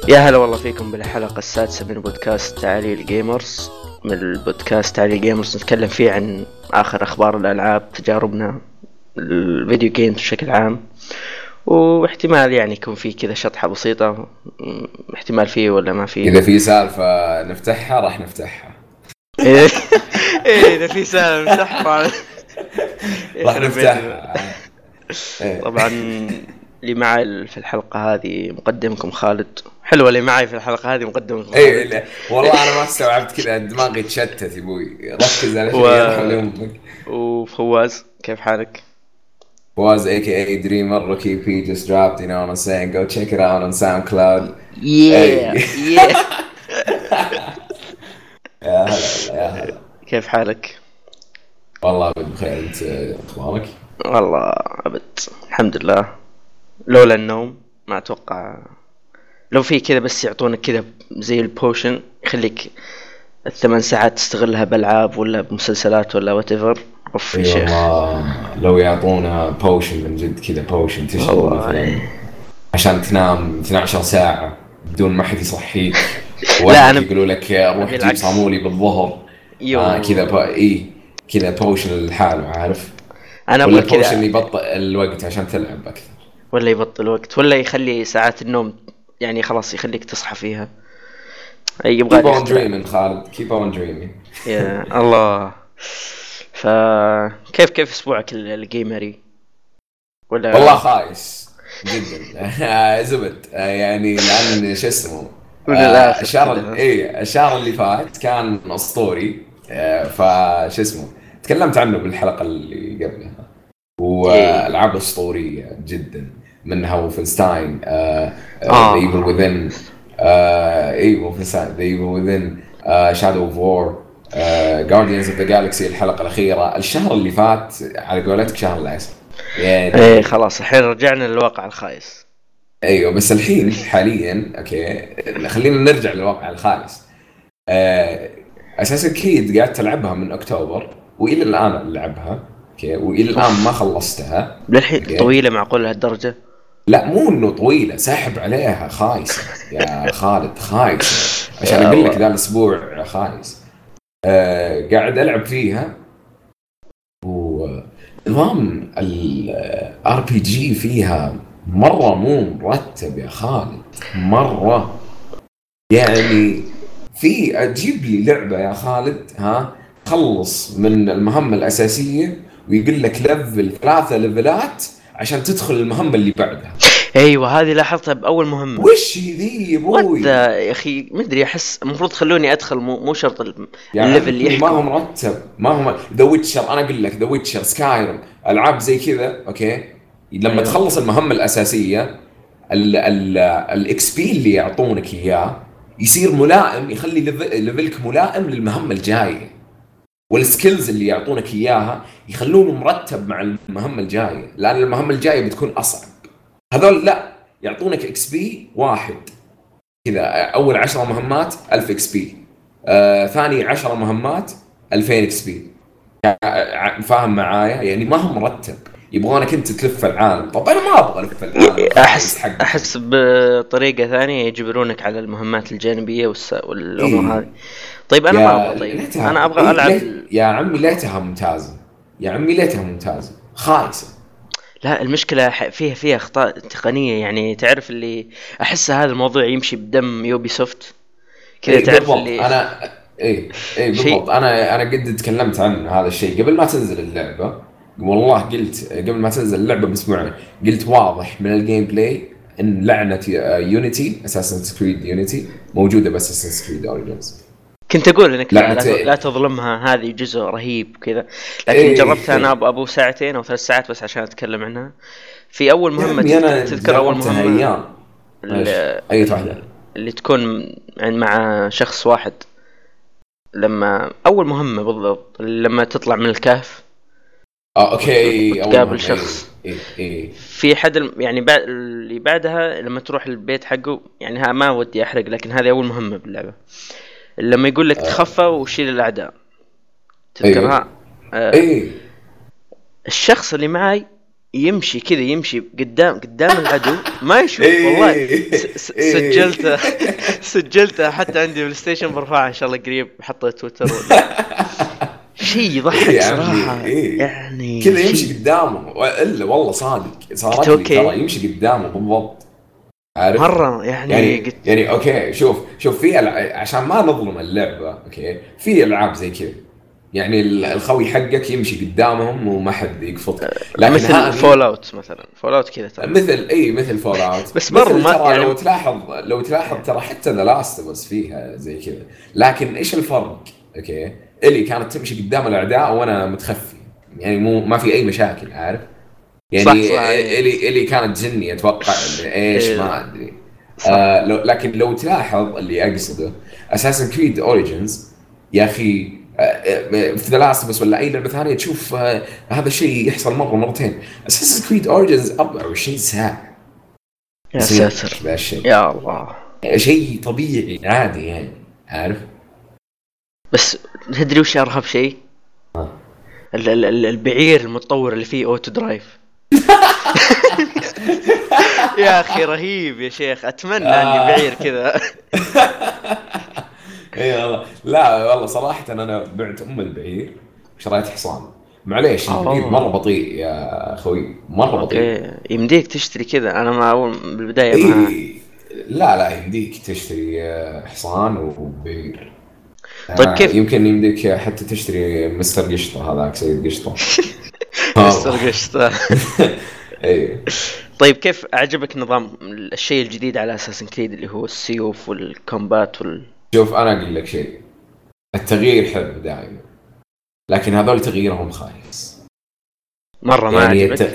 يا هلا والله فيكم بالحلقة السادسة من بودكاست تعالي الجيمرز. من البودكاست تعالي الجيمرز نتكلم فيه عن آخر أخبار الألعاب، تجاربنا الفيديو جيمز بشكل عام، واحتمال يعني يكون فيه كذا شطحة بسيطة، احتمال فيه ولا ما فيه. إذا في سالفة نفتحها راح نفتحها. إيه إذا في سالفة نفتحها راح نفتحها. طبعا اللي معي في الحلقة هذه مقدمكم خالد. حلوة اللي معي في الحلقة هذه مقدمكم خالد. اي والله انا ما استوعبت كذا، دماغي تشتت يا ابوي. ركز على شيء يرحم يمك. وفواز كيف حالك؟ فواز aka Dreamer Rookie P just dropped, you know what I'm saying? Go check it out on SoundCloud. yeah yeah. يا هلا يا هلا. كيف حالك؟ والله بخير، انت اخبارك؟ والله ابد الحمد لله، لولا النوم ما اتوقع. لو في كذا بس يعطونك كذا زي البوشن يخليك الثمان ساعات تستغلها بألعاب ولا بمسلسلات ولا whatever. اوف يا شيخ، لو يعطونا بوشن من جد كذا، بوشن تشرب مثلا عشان تنام 12 ساعة بدون ما حد يصحيك. لا أنا يقولوا لك روح جيب صامولي بالظهر. كذا كذا بوشن للحال، عارف؟ أنا ولا بوشن يبطئ الوقت عشان تلعب أكثر، ولا يبطئ الوقت، ولا يخلي ساعات النوم يعني خلاص يخليك تصحى فيها. يبغى keep on dreaming خالد، keep on dreaming. يا الله. فكيف اسبوعك الجيمري؟ ولا والله خايس جدا. زبد يعني، لان شو اسمه الشهر اللي فات كان اسطوري. فشو اسمه تكلمت عنه بالحلقه اللي قبلها، والعاب اسطوريه جدا، منها وولفنستاين The Evil Within، وولفنستاين The Evil Within، Shadow of War، Guardians of the Galaxy الحلقة الأخيرة. الشهر اللي فات على قولتك شهر العسل يعني. خلاص الحين رجعنا للواقع الخايس. ايوه بس الحين حاليا اوكي، خلينا نرجع للواقع الخايس. اساسا كريد قاعد تلعبها من اكتوبر والى الان العبها، اوكي، والى الان ما خلصتها للحين. طويلة معقول لهالدرجة؟ لا مو انه طويلة، ساحب عليها خايسة يا خالد، خايسة عشان اقول لك ذا الاسبوع خايس. قاعد ألعب فيها، ونظام ال RPG فيها مرة مو مرتب يا خالد، مرة يعني. في أجيب لي لعبة يا خالد خلص من المهمة الأساسية ويقول لك ليفل 3 ليفلات عشان تدخل المهمة اللي بعدها. ايوه هذه لاحظتها باول مهمه. وش ذي ابوي يا اخي ما ادري، احس المفروض خلوني ادخل، مو شرط يعني الليفل اللي يحكم. ما هو مرتب، ما هو ذا ويتشر. انا اقول لك ذا ويتشر، سكايرم، العاب زي كذا اوكي. لما تخلص المهمه الاساسيه الاكس بي اللي يعطونك اياه يصير ملائم، يخلي ليفلك ملائم للمهمه الجايه، والسكيلز اللي يعطونك اياها يخلونه مرتب مع المهمه الجايه، لان المهمه الجايه بتكون اصعب. هذول لا، يعطونك اكس بي واحد كذا، اول 10 مهمات 1000 اكس بي، ثاني 10 مهمات 2000 اكس بي. فاهم معايا؟ يعني ما هو مرتب، يبغونك انت تلف العالم. طب انا ما ابغى الف العالم. احس بطريقه ثانيه يجبرونك على المهمات الجانبيه والامور هذه. طيب انا ما ابغى. طيب انا ابغى العب. يا عمي ليتها ممتازه، يا عمي ليتها ممتازه، خايسه. لا المشكله فيها اخطاء تقنيه، يعني تعرف اللي احس هذا الموضوع يمشي بدم يوبي سوفت كذا. تعرف اللي انا بالضبط. انا قد تكلمت عن هذا الشيء قبل ما تنزل اللعبه. والله قلت قبل ما تنزل اللعبه باسبوعين، قلت واضح من الجيم بلاي ان لعنه يونيتي، اساسن كريد يونيتي موجوده بس اساسن كريد اوريجينز. كنت اقول انك لا تظلمها، هذه جزء رهيب كذا، لكن جربتها انا ابو ساعتين او 3 ساعات بس عشان اتكلم عنها. في اول مهمه تذكر اول مهمه اي واحده اللي تكون مع شخص واحد، لما اول مهمه بالضبط لما تطلع من الكهف. اوكي تقابل شخص. إيه. في حد يعني اللي بعدها لما تروح البيت حقه، يعني ما ودي احرق، لكن هذه اول مهمه باللعبه، لما يقول لك تخفى وشيل الاعداء. تذكرها؟ ايه. الشخص اللي معي يمشي كذا، يمشي قدام العدو ما يشوف. والله إيه. سجلته سجلته حتى عندي بلاي ستيشن، برفعه ان شاء الله قريب، حطه تويتر ولا شيء ايه يضحك يا عمي، صراحة ايه يعني. كذا يمشي شيء قدامه، الا والله صادق قلت صارت لي ترى، اوكي يمشي قدامه بالضبط. عارف؟ مرة يعني يعني قلت يعني اوكي، شوف في عشان ما نظلم اللعبه، اوكي في العاب زي كذا، يعني الخوي حقك يمشي قدامهم وما حد يقفطك، لكن مثل هذه فول اوت مثلا، فول اوت كذا ترى. مثل فول اوت، بس برضو مثل ما ترى يعني. لو تلاحظ ترى حتى ذا لاست بس فيها زي كذا. لكن ايش الفرق؟ اوكي، اللي كانت تمشي قدام الاعداء وانا متخفي، يعني مو ما في اي مشاكل، عارف؟ صح يعني صح إيه. اللي كانت جني اتوقع ايش إيه، ما ادري. صح. لكن لو تلاحظ اللي اقصده اساسن كريد اوريجنز يا اخي، في ذا لاست بس ولا اي لعبه ثانيه تشوف هذا الشيء يحصل مره مرتين. اساسن كريد اوريجنز 24 ساعه يا يصير ساتر ذا الشيء، يا الله. شيء طبيعي عادي يعني، عارف؟ بس تدري وش ارهب شيء؟ آه. البعير المتطور اللي فيه اوتو درايف. يا اخي رهيب يا شيخ، اتمنى عندي بعير كذا. اي والله، لا والله صراحة انا بعت البعير وشريت حصان. معليش البعير مرة اوه بطيء يا اخوي، مرة بطيء. اوكي، يمديك تشتري كذا. انا ما اول بالبداية ما. اي لا يمديك تشتري حصان وبعير. طيب كيف؟ يمكن يمديك حتى تشتري مستر قشطة، هذاك سيد قشطة. مستر والله. قشطة. اي طيب كيف اعجبك نظام الشيء الجديد على اساس كريد اللي هو السيوف والكومبات شوف انا اقول لك شيء، التغيير حلو دائما، لكن هذول تغييرهم خايس. مرة ما يعني عجبك؟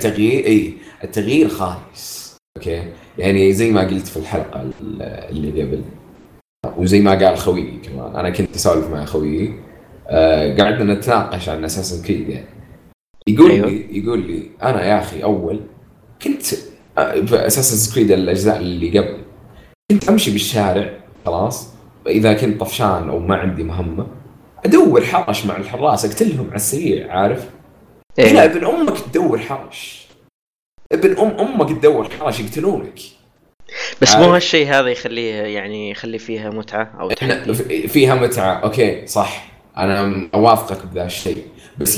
التغيير خايس. اوكي، يعني زي ما قلت في الحلقه اللي قبل، وزي ما قال خويي كمان، انا كنت اسولف مع خويي، قعدنا نتناقش عن اساسن كريد. يعني ايوه يقول لي انا يا اخي اول كنت في اساسن كريد الاجزاء اللي قبل كنت امشي بالشارع خلاص، اذا كنت طفشان او ما عندي مهمه ادور حرش مع الحراس اقتلهم على السريع، عارف؟ هنا ايه. ابن امك تدور حرش، ابن امك تدور حرش يقتلونك، بس مو عارف؟ هالشيء هذا يخليه يعني يخلي فيها متعة او احنا تحدي. فيها متعه، اوكي صح، انا اوافقك بذا الشيء. بس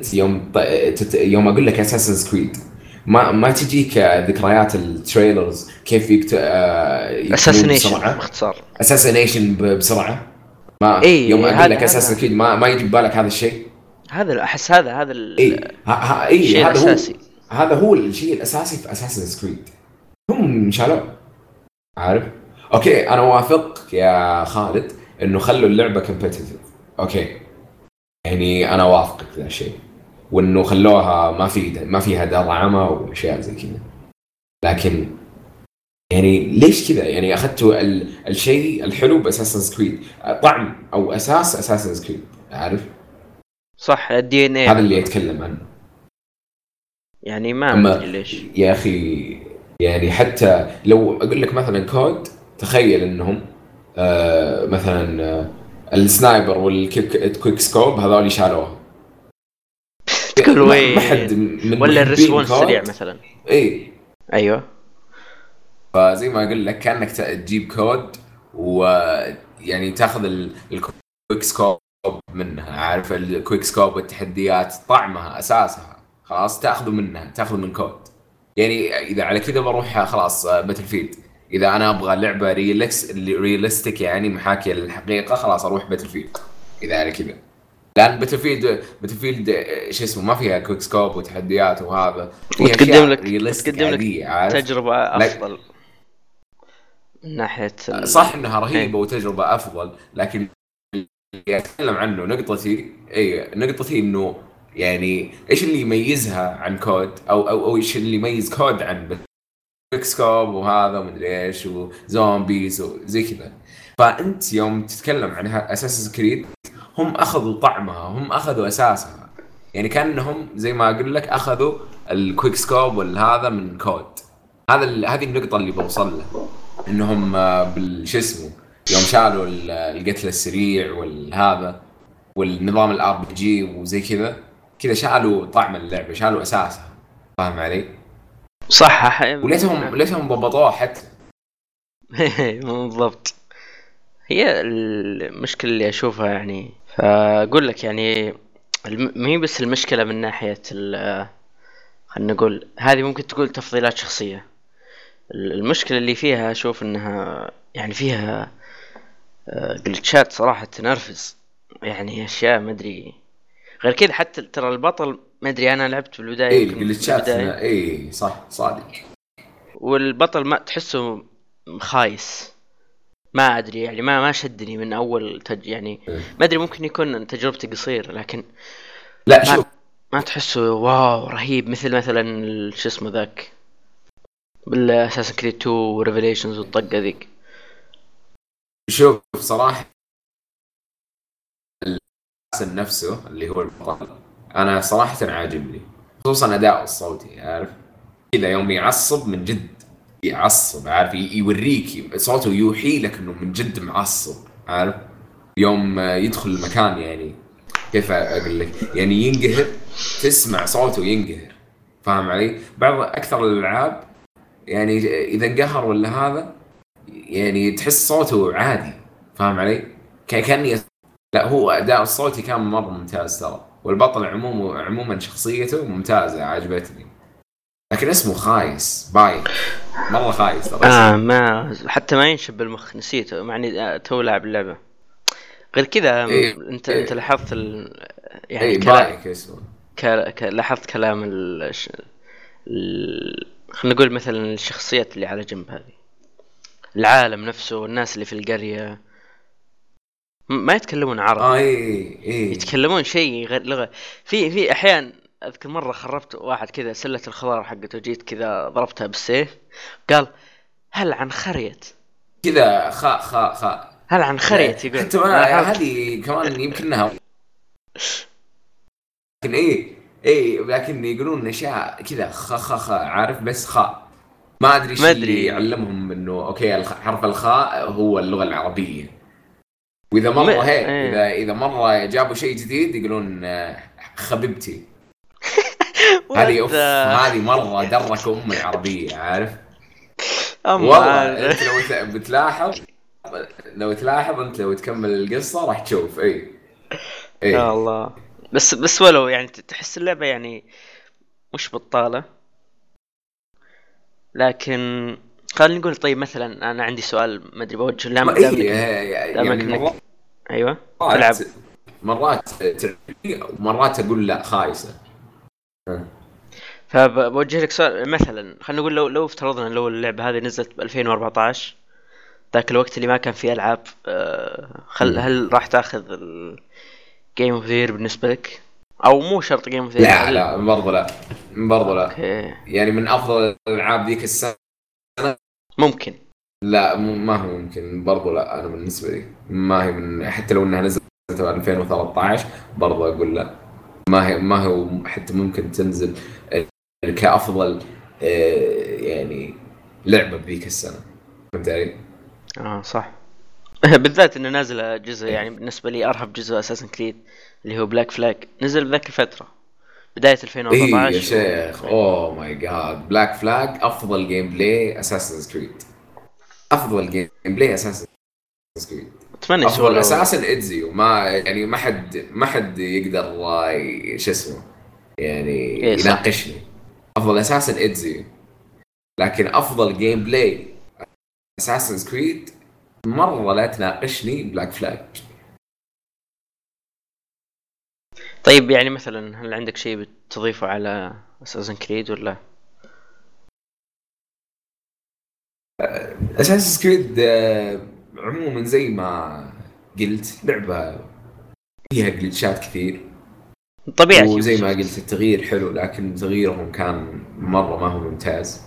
يوم اقول لك اساسن كريد، ما تجيك ذكريات التريلرز كيف يقتلون اساسنيشن بسرعه، باختصار. اساسنيشن بسرعه. ما يوم ايه اقول لك هذا اساسن كريد ما يجي ببالك هذا الشيء. هذا احس هذا اي الشيء الاساسي. هذا هو الشيء الاساسي في اساسن كريد، هم شالوه، عارف؟ اوكي انا وافق يا خالد انه خلوا اللعبه كومبتيتيف، اوكي يعني انا وافقك في ذا الشيء، وانه خلوها ما فيها درعمه واشياء زي كذا. لكن يعني ليش كذا؟ يعني اخذتوا الشيء الحلو باساسن كريد، طعم او اساس اساسن كريد، عارف؟ صح الدي ان اي هذا اللي حقه. يتكلم عنه. يعني ما ادري اما ليش. يا اخي، يعني حتى لو اقول لك مثلا كود، تخيل انهم مثلا السنايبر والكويك سكوب هذول شالوها. تقول ما حد وين؟ من ولا محبين الريسبونس سريع كود. مثلا. اي ايوه فزي ما اقول لك كانك تجيب كود ويعني تاخذ الكويك سكوب منها، عارف؟ الكويك سكوب والتحديات طعمها اساسها خلاص تاخذه منها، تاخذه من كود. يعني اذا على كذا بروح خلاص باتل فيلد، اذا انا ابغى لعبه ريالستيك يعني محاكيه للحقيقه، خلاص اروح باتل فيلد اذا على كذا. لان باتل فيلد شو اسمه ما فيها كويك سكوب وتحديات وهذا، فيها وتقدم اشياء لك ريالستيك وتقدم لك عاديه، عارف؟ تجربة لا افضل من ناحية صح انها ايه. رهيبه وتجربه افضل، لكن اللي اتكلم عنه نقطتي انه يعني ايش اللي يميزها عن كود، او ايش اللي يميز كود عن بيكسكوب وهذا ومدري ايش وزومبيز وزي كذا. فانت يوم تتكلم عن اساس كريد، هم اخذوا طعمها، هم اخذوا اساسها، يعني كانهم زي ما اقول لك اخذوا الكويك سكوب والهذا من كود. هذه النقطه اللي بوصل لها، انهم بالش اسمه يوم شالوا القتل السريع والهذا والنظام الار بي جي وزي كذا شالوا طعم اللعبه، شالوا اساسها. فاهم علي؟ صح. وليتهم ضبطوها حتى. بالضبط. هي المشكلة اللي أشوفها يعني، فأقول لك يعني ما هي بس المشكلة من ناحية خلنا نقول هذه ممكن تقول تفضيلات شخصية. المشكلة اللي فيها أشوف إنها يعني فيها جلتشات صراحة تنرفز، يعني أشياء ما أدري. غير كذا حتى ترى البطل ما أدري، أنا لعبت بالبداية اي يمكن الجلتشات بالبداية، اي صح صادق. والبطل ما تحسه خايس، ما ادري يعني ما شدني من اول يعني ما ادري، ممكن يكون تجربتي قصيره، لكن لا ما شوف ما تحسه واو رهيب مثلا شو اسمه ذاك بالاساس كريد 2 ريفيليشنز والطقه ذيك. شوف صراحة الحسن نفسه اللي هو البطل انا صراحة عاجبني، خصوصا اداؤه الصوتي، عارف كذا يوم يعصب من جد يعصب، عارف يوريك صوته يوحي لك انه من جد معصب، عارف يوم يدخل المكان يعني كيف اقول لك يعني ينقهر، تسمع صوته ينقهر، فاهم علي؟ بعض اكثر الالعاب يعني اذا انقهر ولا هذا يعني تحس صوته عادي، فاهم علي؟ كأني لا هو اداء الصوتي كان مره ممتاز ترى، والبطل عموما شخصيته ممتازه عجبتني، لكن اسمه خايس بايخ، مره خايس ترى اسمه. ما حتى ما ينشب بالمخ، نسيته معني تو لاعب اللعبه. غير كذا ايه انت لاحظت يعني ايه الكلام، بايخ اسمه. لاحظت كلام خلينا نقول مثلا الشخصيات اللي على جنب هذه، العالم نفسه والناس اللي في القرية ما يتكلمون عربي، ايه ايه يتكلمون شيء غير لغة. في أحيان أذكر مرة خربت واحد كذا سلة الخضار حقته، جيت كذا ضربتها بالسيف، قال هل عن خريت، كذا خاء. هل عن لا خريت يقول، حتى ما لاحظت. هذه كمان يمكنها، لكن ايه لكن يقولون اشياء كذا خ عارف بس خاء، ما ادري ما ايش اللي أدري علمهم انه اوكي حرف الخاء هو اللغه العربيه، واذا مره هي إيه. اذا مره جابوا شيء جديد يقولون خبيبتي. What هذه اوف the هذه مره درك العربيه، عارف أما والله انت عاد. لو بتلاحظ، انت لو تكمل القصه راح تشوف يا ايه الله. بس ولو يعني تحس اللعبة يعني مش بطالة، لكن خلينا نقول طيب مثلا انا عندي سؤال ما ادري بوجهه ما دامك يعني انك ايوه مرات تلعب. تعجبني ومرات اقول لا خايسه. فبوجه لك سؤال، مثلا خلينا نقول لو افترضنا لو اللعبه هذه نزلت ب 2014، ذاك الوقت اللي ما كان فيه العاب، هل راح تاخذ الجيم اوف ذير بالنسبه لك، او مو شرط جيم اوف ذير لا هل؟ لا برضو لا، برضو لا، اوكي يعني من افضل الالعاب ذيك السنه. ممكن. لا ما هو ممكن، برضو لا، انا بالنسبه لي ما هي من، حتى لو انها نزلت 2013 برضو اقول لا، ما هو حتى ممكن تنزل كافضل يعني لعبه بذيك السنه، فهمت علي؟ اه صح. بالذات انه نازل جزء يعني بالنسبه لي ارهب جزء اساسن كريد اللي هو بلاك فلاج، نزل بذاك الفتره بدايه ايه يا 2014 شيخ اوه ماي جاد، بلاك فلاج افضل جيم بلاي اساسن كريد، افضل جيم بلاي اساسن كريد، اتمنى يسووا افضل له. اساسا ادزيو، ما يعني ما حد يقدر شو اسمه يعني ايه صح. يناقشني، افضل اساسا ادزيو، لكن افضل جيم بلاي اساسن كريد مره لا تناقشني بلاك فلاج. طيب يعني مثلا هل عندك شيء بتضيفه على اساسن كريد ولا؟ اساسن كريد عموما زي ما قلت لعبه فيها جلitchات كثير، طبيعة يوبي وزي ما قلت سوفت. التغيير حلو لكن تغييرهم كان مرة ما هو ممتاز.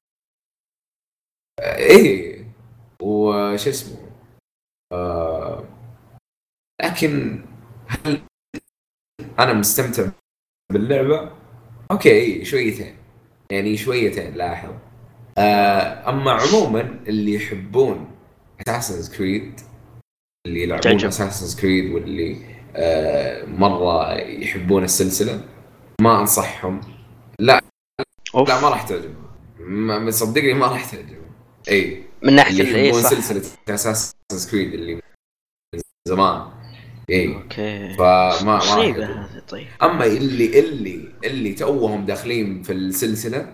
ايه وش اسمه آه لكن هل انا مستمتع باللعبة؟ اوكي إيه، شويتين يعني شويتين لاحظ. اما عموما اللي يحبون اساسنز كريد، اللي يلعبون تعجب. اساسنز كريد واللي مرة يحبون السلسلة، ما انصحهم، لا لا اوف. ما راح تعجبه، ما صدقني ما راح تعجبه. اي من ناحيه اللي الايه يحبون صح. سلسله اساسن كريد اللي من زمان، اي اوكي. فما راح مصيبه يعجبه. هذه. طيب. اما اللي توهم داخلين في السلسله،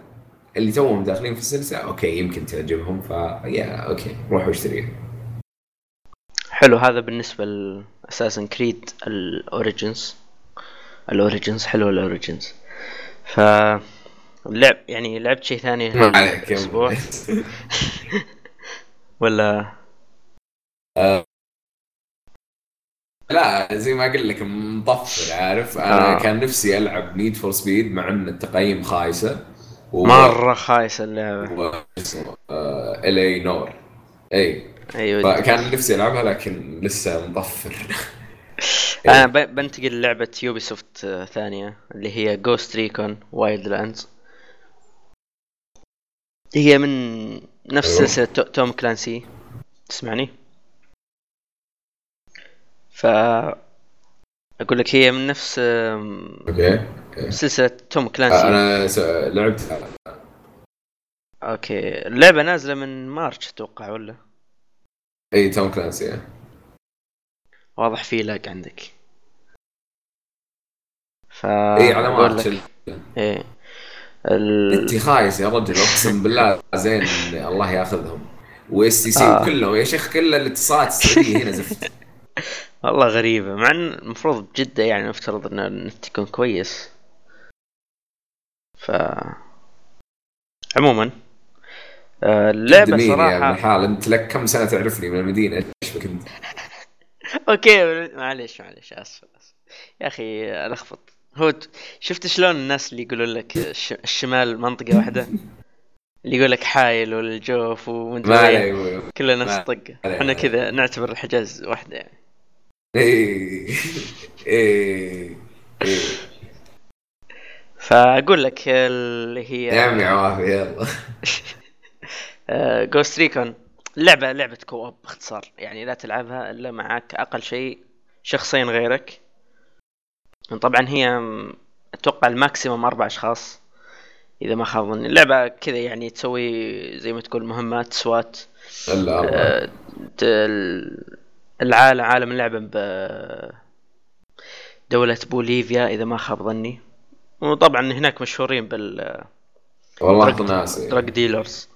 اوكي يمكن تعجبهم، يا اوكي روحوا اشتريها. حلو هذا بالنسبه لاساسن كريد الاوريجنز. الاوريجنز حلو الاوريجنز. ف اللعب يعني لعبت شيء ثاني ما عليك كمل. هالاسبوع ولا؟ لا زي ما اقول لك مطفر، عارف انا آه كان نفسي العب نيد فور سبيد مع ان التقييم خايسه مرة خايسة اللعبة. ال اي نور، اي ايوه. فكان نفسي العبها لكن لسه مطفر. انا اي بنتقل لعبة يوبي سوفت ثانية اللي هي جوست ريكون وايلد لاندز. هي من نفس ايوه سلسلة توم كلانسي. تسمعني؟ ف اقول لك هي من نفس اوكي اوكي. سلسلة توم كلانسي. لعبت. اوكي اللعبة نازلة من مارش اتوقع ولا؟ اي توم كلانسي. واضح في لاج عندك. اي على فاقول مارتش. لك ايه نتي خايس يا رجل اقسم بالله، زين الله ياخذهم، واس تي سي اه وكلهم يا شيخ، كل الاتصالات السعوديه هنا زفت. والله غريبة، مع ان المفروض بجدة يعني نفترض ان النت يكون كويس. ف عموما جد اللعبة مين يا ابن صراحة. الحال، انت لك كم سنه تعرفني من المدينه، ايش بك انت؟ اوكي معليش اسف يا اخي الخبط. شفت شلون الناس اللي يقولون لك الشمال منطقة واحدة، اللي يقول لك حايل والجوف ما ومدري وين، عليه كلنا نفس ما الطقة. عليه احنا ما عليه. كذا نعتبر الحجاز واحدة يعني. ايه ايه ايه. فاقول لك اللي يا هي عمي عوافي يلا. جوست ريكون لعبة كوب باختصار، يعني لا تلعبها الا معك اقل شيء شخصين غيرك. طبعا هي اتوقع الماكسيموم 4 اشخاص اذا ما خاب ظني. اللعبة كذا يعني تسوي زي ما تقول مهمات سوات. الا اربعه. آه، عالم اللعبة بدولة بوليفيا اذا ما خاب ظني. وطبعا هناك مشهورين بالدرج والله طناسي. ديلرز.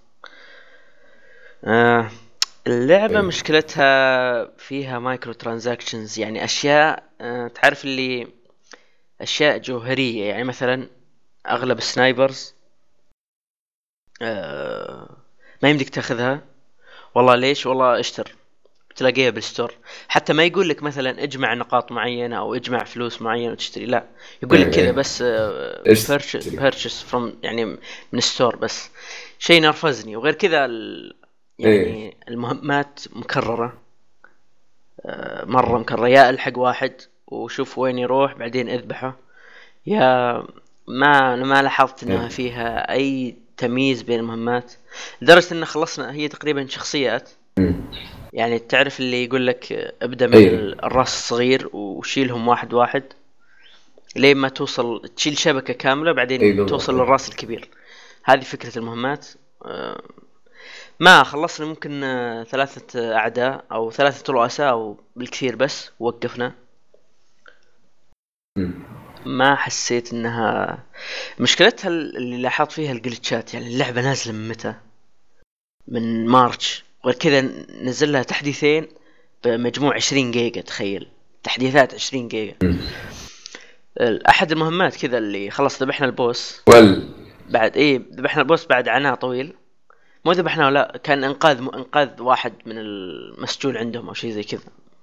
آه، اللعبة ايه مشكلتها فيها مايكرو ترانزاكشنز، يعني أشياء تعرف اللي أشياء جوهرية. يعني مثلا أغلب السنايبرز ما يمديك تاخذها. والله ليش؟ والله اشتر تلاقيها بالستور. حتى ما يقول لك مثلا اجمع نقاط معينة أو اجمع فلوس معينة وتشتري، لا يقول لك ايه كذا ايه. بس ايش تشتري؟ purchase from يعني من ستور بس. شيء نرفزني. وغير كذا ايه يعني المهمات مكررة مرة مكرر. يا الحق واحد وشوف وين يروح بعدين اذبحه، يا أنا ما لاحظت انها ايه. فيها اي تمييز بين المهمات. لدرجة ان خلصنا هي تقريبا شخصيات. أمم. يعني تعرف اللي يقول لك ابدأ من ايه الراس الصغير وشيلهم واحد واحد لين ما توصل تشيل شبكة كاملة ايه بعدين بالضبط توصل ايه. للراس الكبير. هذه فكرة المهمات. ما خلصنا ممكن 3 أعداء أو 3 رؤساء أو بالكثير بس وقفنا. أمم. ما حسيت انها مشكلتها اللي لاحظت فيها الجلتشات. يعني اللعبة نازلة من متى؟ من مارش. وغير كذا نزل لها تحديثين بمجموع 20 جيجا. تخيل تحديثات 20 جيجا. أمم. احد المهمات كذا اللي خلص ذبحنا البوس ول بعد ذبحنا البوس بعد عناء طويل. مو ذبحنا ولا كان انقاذ واحد من المسجون عندهم او شيء زي كذا.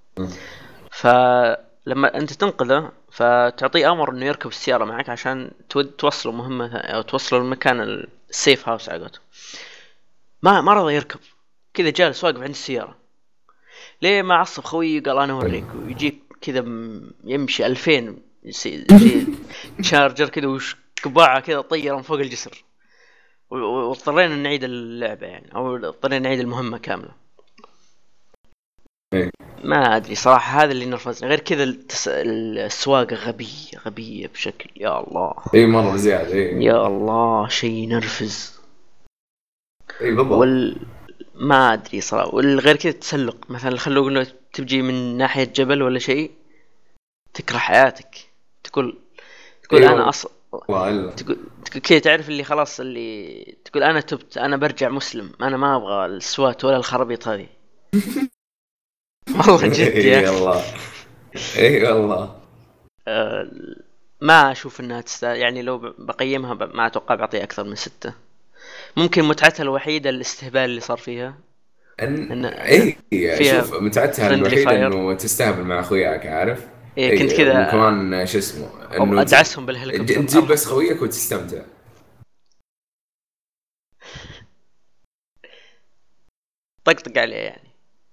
فلما انت تنقذه فتعطيه امر انه يركب السياره معك عشان توصله مهمه او توصله المكان السيف هاوس حقته. ما رضى يركب، كذا جالس واقف عند السياره. ليه ما عصب خوي قال انا اوريك. ويجيك كذا يمشي 2000 شيء تشارجر كذا وقبعه كذا طير من فوق الجسر. واضطرينا نعيد اللعبه يعني، او اضطرينا نعيد المهمه كامله. ايه. ما ادري صراحه، هذا اللي نرفزني. غير كذا السواقه غبيه بشكل، يا الله. اي مره زياده. اي يا الله، شيء نرفز. اي بالضبط. ما ادري صراحه. والغير كذا التسلق مثلا، خلونا نقول تجي من ناحيه جبل ولا شيء، تكره حياتك. تقول اي انا والله الا تقول كذا، تعرف اللي خلاص، اللي تقول انا تبت، انا برجع مسلم، انا ما ابغى السوات ولا الخرابيط هذه. والله جد يا اي اخي. والله. اي والله. أه، ما اشوف انها تستاهل يعني. لو بقيمها ما اتوقع بعطيها اكثر من 6. ممكن متعتها الوحيده الاستهبال اللي صار فيها، ان اي فيها شوف، متعتها فريندلي الوحيده فاير. انه تستهبل مع اخوياك، عارف. إيه كنت اي كذا وكمان شو اسمه أو انه ادعسهم بالهليكوبتر تجيب ارفع. بس خويك وتستمتع. طقطق عليه يعني.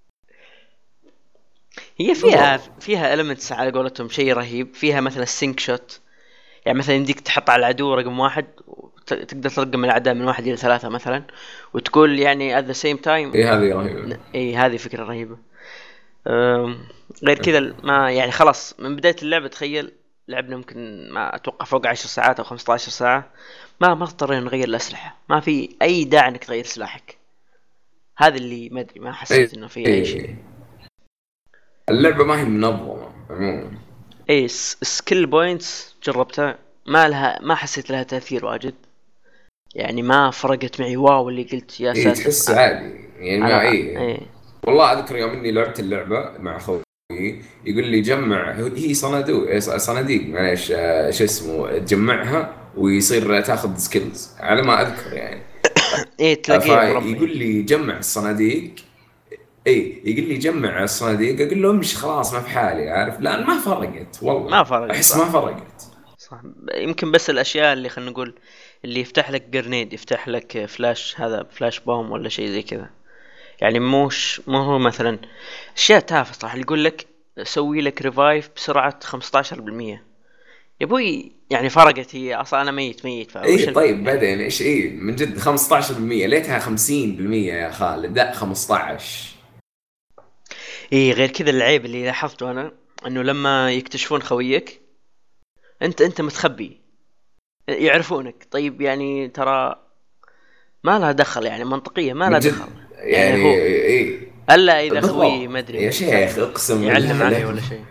هي بالضبط. فيها elements على قولتهم شيء رهيب. فيها مثلا سينك شوت، يعني مثلا يمديك تحط على العدو رقم 1 وتقدر ترقم الأعداء من 1 إلى 3 مثلا، وتقول يعني at the same time. اي هذه رهيبه. اي هذه فكرة رهيبة. غير كذا ما يعني خلاص من بداية اللعبة، تخيل لعبنا ممكن ما أتوقع فوق 10 ساعات أو 15 ساعة، ما اضطرينا نغير الأسلحة. ما في أي داعي إنك تغير سلاحك. هذا اللي ما أدري، ما اي حسيت إنه فيه أي شيء. اي اللعبه ما هي منظمه عموما. اي سكيل بوينتس جربتها، ما حسيت لها تأثير واجد يعني. ما فرقت معي واو اللي قلت يا اي ساتر. تحس عادي يعني، ما انا اي. اي والله اذكر يوم اني لعبت اللعبه مع اخوي، يقول لي جمع، هي صناديق معليش، شو اسمه، تجمعها ويصير تاخذ سكيلز على ما اذكر يعني. اي تلاقيها مرمي. فيقول لي جمع الصناديق. اي يقول لي جمع الصناديق، اقول له امشي خلاص ما في حالي، عارف. لا ما فرقت والله، ما فرقت احس ما صح. فرقت. صح، يمكن بس الاشياء اللي خلينا نقول اللي يفتح لك جرنيد، يفتح لك فلاش، هذا فلاش بوم ولا شيء زي كذا يعني. مو هو مثلا اشياء تافهه صح، اللي يقول لك سوي لك ريفايف بسرعه 15%. يا ابوي يعني فرقت هي اصلا، انا ميت اي فوش طيب يعني. بعدين ايش؟ اي من جد 15%، ليتها 50% يا خالد، لا 15. ايه غير كذا العيب اللي لاحظته انا، انه لما يكتشفون خويك، انت متخبي، يعرفونك. طيب يعني ترى ما لها دخل يعني، منطقية ما لها من دخل. جد يعني يعني. هو اي الا اذا خوي بالضبط ما يا ادري شيخ، كان اقسم يعلم بالله علي لعبه. ولا شيء.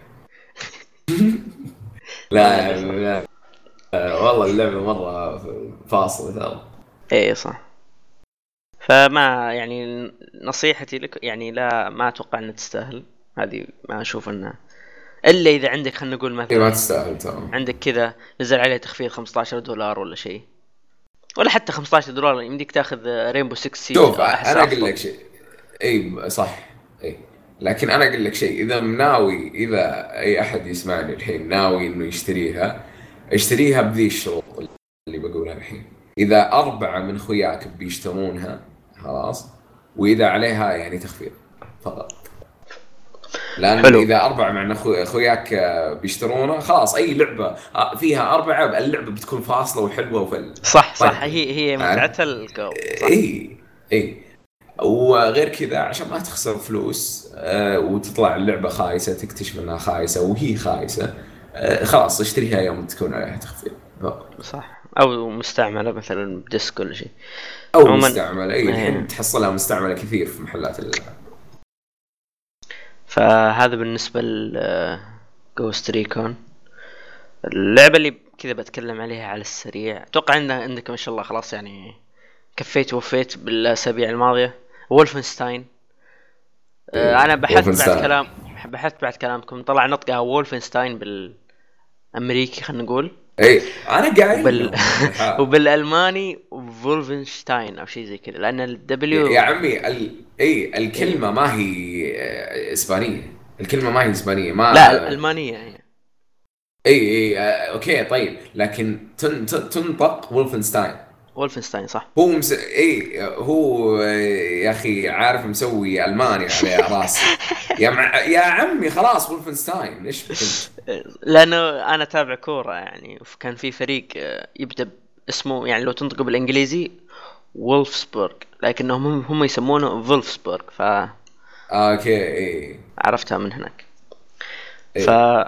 ما ادري لا صراحة. لا والله اللعبه مره فاصله ترى. ايه صح. فما يعني نصيحتي لك يعني، لا ما اتوقع انها تستاهل. هذه ما اشوف انها، الا اذا عندك خلينا نقول اي ما مثلا تستاهل ترى. عندك كذا نزل عليه تخفيض $15 ولا شيء، ولا حتى $15 يمديك تاخذ رينبو 6 سيج، شوف احسه انا اقول افضل. لك شيء. اي صح. اي لكن انا اقول لك شيء، اذا ناوي، اذا اي احد يسمعني الحين ناوي انه يشتريها، اشتريها بذي الشروط اللي بقولها الحين. اذا 4 من خياك بيشترونها خلاص، واذا عليها يعني تخفيض فقط. لان حلو. اذا 4 مع خياك بيشترونها خلاص، اي لعبه فيها 4 اللعبه بتكون فاصله وحلوه وفل صح طقطق، هي عارف. متعتها الجو صح. اي اي وغير كذا عشان ما تخسر فلوس وتطلع اللعبة خايسة، تكتشف انها خايسة وهي خايسة، خلاص اشتريها يوم تكون عليها تخفيض. صح، او مستعمله مثلا بديسك ولا شيء. او عموما مستعملة. اي الحين إيه. تحصلها مستعملة كثير في محلات الالعاب. فهذا بالنسبه ل جوست ريكون. اللعبه اللي كذا بتكلم عليها على السريع، اتوقع عندك ما شاء الله خلاص يعني، كفيت ووفيت بالاسابيع الماضيه. وولفنستاين. انا وولفنستاين. بحثت بعد كلامكم، طلع نطقها وولفنستاين بالامريكي خلينا نقول، اي انا قايل وبال لهم بالحال. وبالالماني فولفنشتاين او شيء زي كذا، لان يا الدبليو عمي اي الكلمة ما هي اسبانية. الكلمة ما هي اسبانية ما. لا الالمانيه هي. اي اوكي طيب، لكن تنطق وولفنستاين. وولفنستاين صح. هو اي هو يا اخي عارف مسوي الماني على راسي. يا عمي خلاص وولفنستاين ايش بك انت؟ لانه انا تابع كوره يعني، كان في فريق يبدا اسمه يعني لو تنطق بالانجليزي وولفسبورغ، لكنهم هم يسمونه فولفسبورغ. اوكي اي. عرفتها من هناك. إيه. ف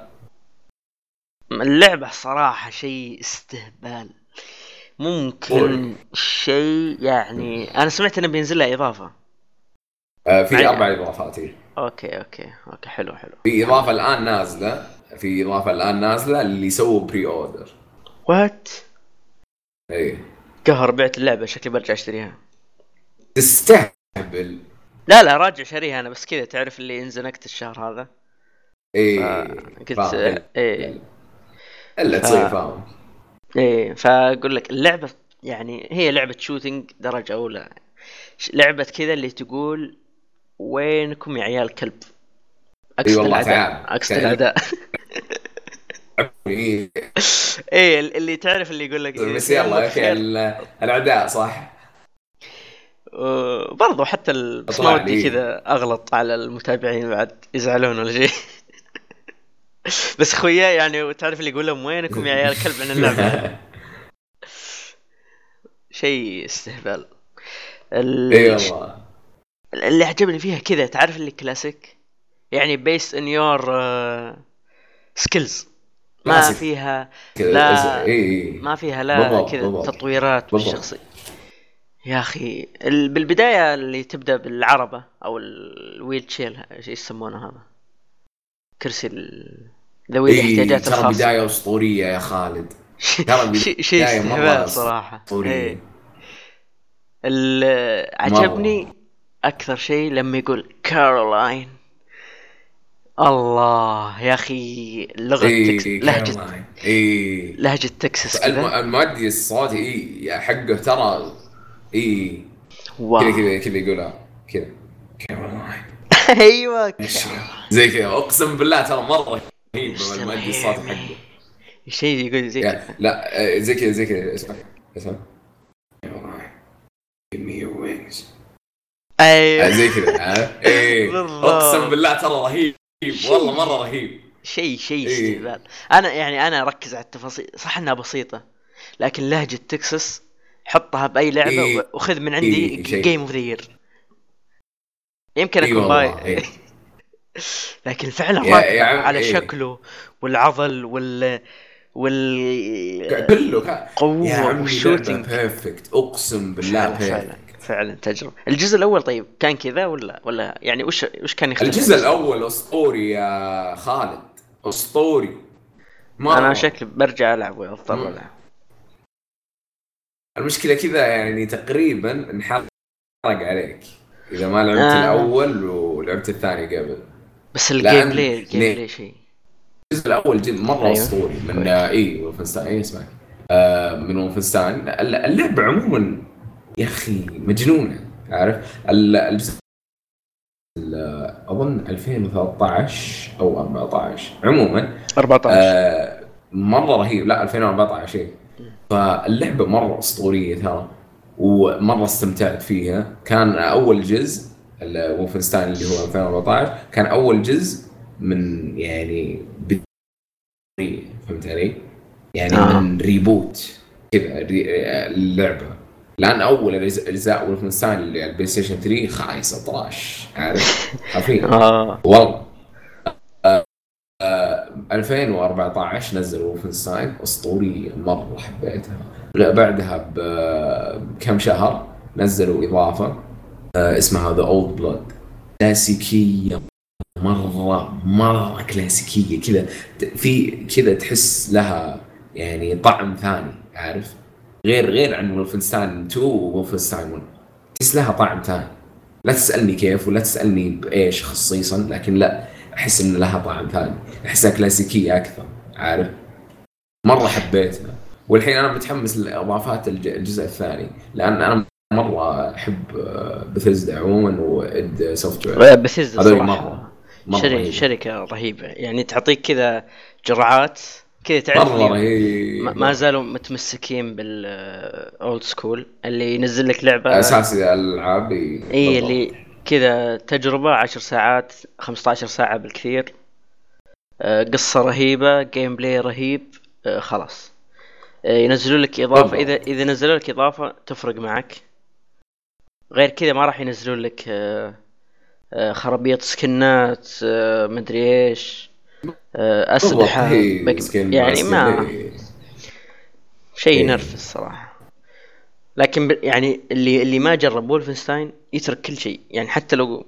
اللعبة صراحة شيء استهبال، ممكن شيء يعني. انا سمعت انه بينزل له اضافة. في 4 اضافات. اوكي حلو. في الحمد اضافه لله. الان نازله، اللي سووا بري اوردر. وات اي قهر، بعت اللعبة شكلي برجع اشتريها. تستهبل. لا راجع شاريها انا، بس كذا تعرف اللي انزنقت الشهر هذا، اي فقلت فاهم. ايه. الا ف تصير فاهم. ايه فاقول لك اللعبة يعني هي لعبة شوتينج درجة اولى، لعبة كذا اللي تقول وينكم يا عيال كلب. اي اقصد والله الاعداء، تعال اقصد الاعداء. إيه. ايه اللي تعرف اللي يقول لك بس في امك يلا اوكي خير. الاعداء صح. برضو حتى بس ما اطلع ودي لي. كذا اغلط على المتابعين بعد يزعلون ولا شيء. بس خويا يعني تعرف اللي يقول لهم وينكم يا عيال كلب عن اللعبة. شيء استهبال. اي ال... والله. اللي عجبني فيها كذا تعرف اللي كلاسيك، يعني based on your skills. ما كلاسيك. فيها لا اي ما فيها لا بالضبط كذا بالضبط تطويرات بالضبط. بالشخصية. يا اخي بالبداية اللي تبدأ بالعربة او الويل تشيل، ايش يسمونه هذا، كرسي ذوي اي الاحتياجات ترى الخاصة. بداية اسطورية يا خالد. ترى شيء بداية مرة استهبال صراحة. اسطورية. ايه مرة. عجبني اكثر شيء لما يقول كارولاين. الله يا اخي لغة اي لهجة، كارولاين اي. لهجة تكساس كذا. المؤدي الصوتي اي حقه ترى. اي كذا واو. كذا كذا يقولها كذا كارولاين. ايوه زي كذا اقسم بالله ترى مرة رهيب المؤدي الصوتي استلهيني، حقه. شيء يقول زي كذا. لا زي كذا اسمع كارولاين give me your wings. ايوه. زي كذا عارف. ايه اقسم بالضبط. بالله ترى رهيب. والله شيء مرة رهيب. شيء ايه استهبال. انا اركز على التفاصيل، صح انها بسيطة لكن لهجة تكساس حطها باي لعبة ايه وخذ من عندي ايه جيم شيء. اوف ذا يير. يمكن اي اكون والله باي. ايه. لكن فعلا يا راكبة عم على ايه شكله والعضل كله يا والقوة عمي لعبة والشوتينج. بيرفكت اقسم بالله بيرفكت. فعلا تجربة. الجزء الأول طيب كان كذا ولا يعني وش كان يختلف عن الجزء الجزء الأول؟ الاول اسطوري يا خالد. اسطوري أنا مرة. شكلي برجع ألعب وأضطر م- ألعب. المشكلة كذا يعني تقريبا انحرق عليك اذا ما لعبت آه الاول ولعبت الثاني قبل. بس لان الجيم بلاي شيء. الجزء الاول مره أيوه اسطوري من كويس. وولفنستاين. اي اسمع. من وولفنستاين اللعبه عموما يا اخي مجنونه. عارف الجزء اظن 2013 او 14 عموما. 14. مره رهيب. لا 2014 شيء. فاللعبه مره اسطوريه ترى، ومره استمتعت فيها. كان اول جزء وولفنستاين اللي هو 2014 كان اول جزء من يعني فهمت علي؟ يعني آه من ريبوت كذا اللعبه. لان اول اجزاء ولفنستاين اللي على البلاي ستيشن 3 خايسه طراش عارف حرفيا. آه والله 2014 نزلوا ولفنستاين اسطوريه مره حبيتها. لا بعدها بكم شهر نزلوا اضافه اسمها ذا اولد بلود. كلاسيكيه مرة كلاسيكية كذا. في كذا تحس لها يعني طعم ثاني عارف. غير عن وولفنستاين 2 وولفنستاين 1. تحس لها طعم ثاني. لا تسألني كيف ولا تسألني بإيش خصيصا، لكن لا أحس إن لها طعم ثاني. أحسها كلاسيكية أكثر عارف. مرة حبيتها. والحين أنا متحمس لإضافات الجزء الثاني، لأن أنا مرة أحب بثيزدا عموما وإد سوفت وير. بثيزدا هذول صراحة مرة رهيبة. شركة رهيبة، يعني تعطيك كذا جرعات كذا تعرف مرة اللي رهيبة. ما زالوا متمسكين بالاولد سكول، اللي ينزل لك لعبة أساسي الألعاب اي بالضبط. اللي كذا تجربة 10 ساعات 15 ساعة بالكثير، قصة رهيبة جيم بلاي رهيب، خلاص ينزلوا لك إضافة. بالضبط إذا نزلوا لك إضافة تفرق معك، غير كذا ما راح ينزلوا لك خرابيط سكنات، مدري ايش، بالضبط، اسلحه هي سكين مع يعني سكين، ما اي شيء اي. ينرفز الصراحه. لكن يعني اللي ما جرب وولفنستاين يترك كل شيء، يعني حتى لو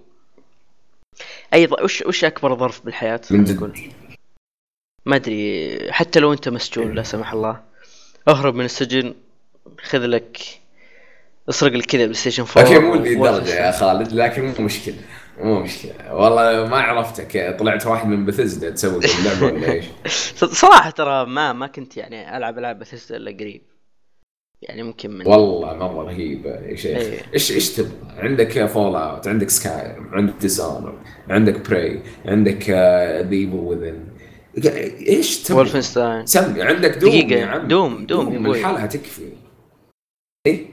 وش اكبر ظرف بالحياه من خلينا جد. نقول، ما ادري، حتى لو انت مسجون لا سمح الله، اهرب من السجن، خذ لك، اسرق لك كذا بلاي ستيشن اوكي 4 مو لذي الدرجة يا وولفنستاين. خالد، لكن مو مشكلة. مو مشكلة والله، ما عرفتك طلعت واحد من بثزدا تسوق اللعبة ولا ايش؟ صراحه ترى ما كنت يعني العب بثيسدا الا قريب، يعني ممكن من والله مرة رهيبة يا شيخ. ايه ايش تبغى؟ عندك فول اوت، عندك سكايرم، عندك ديزونر، عندك براي، عندك ذا ايفل وذن. ايش تبغى؟ وولفنستاين. سمي. عندك دوم يا دقيقه، عم، دوم يا دوم من ابوي. حالها تكفي. ايه.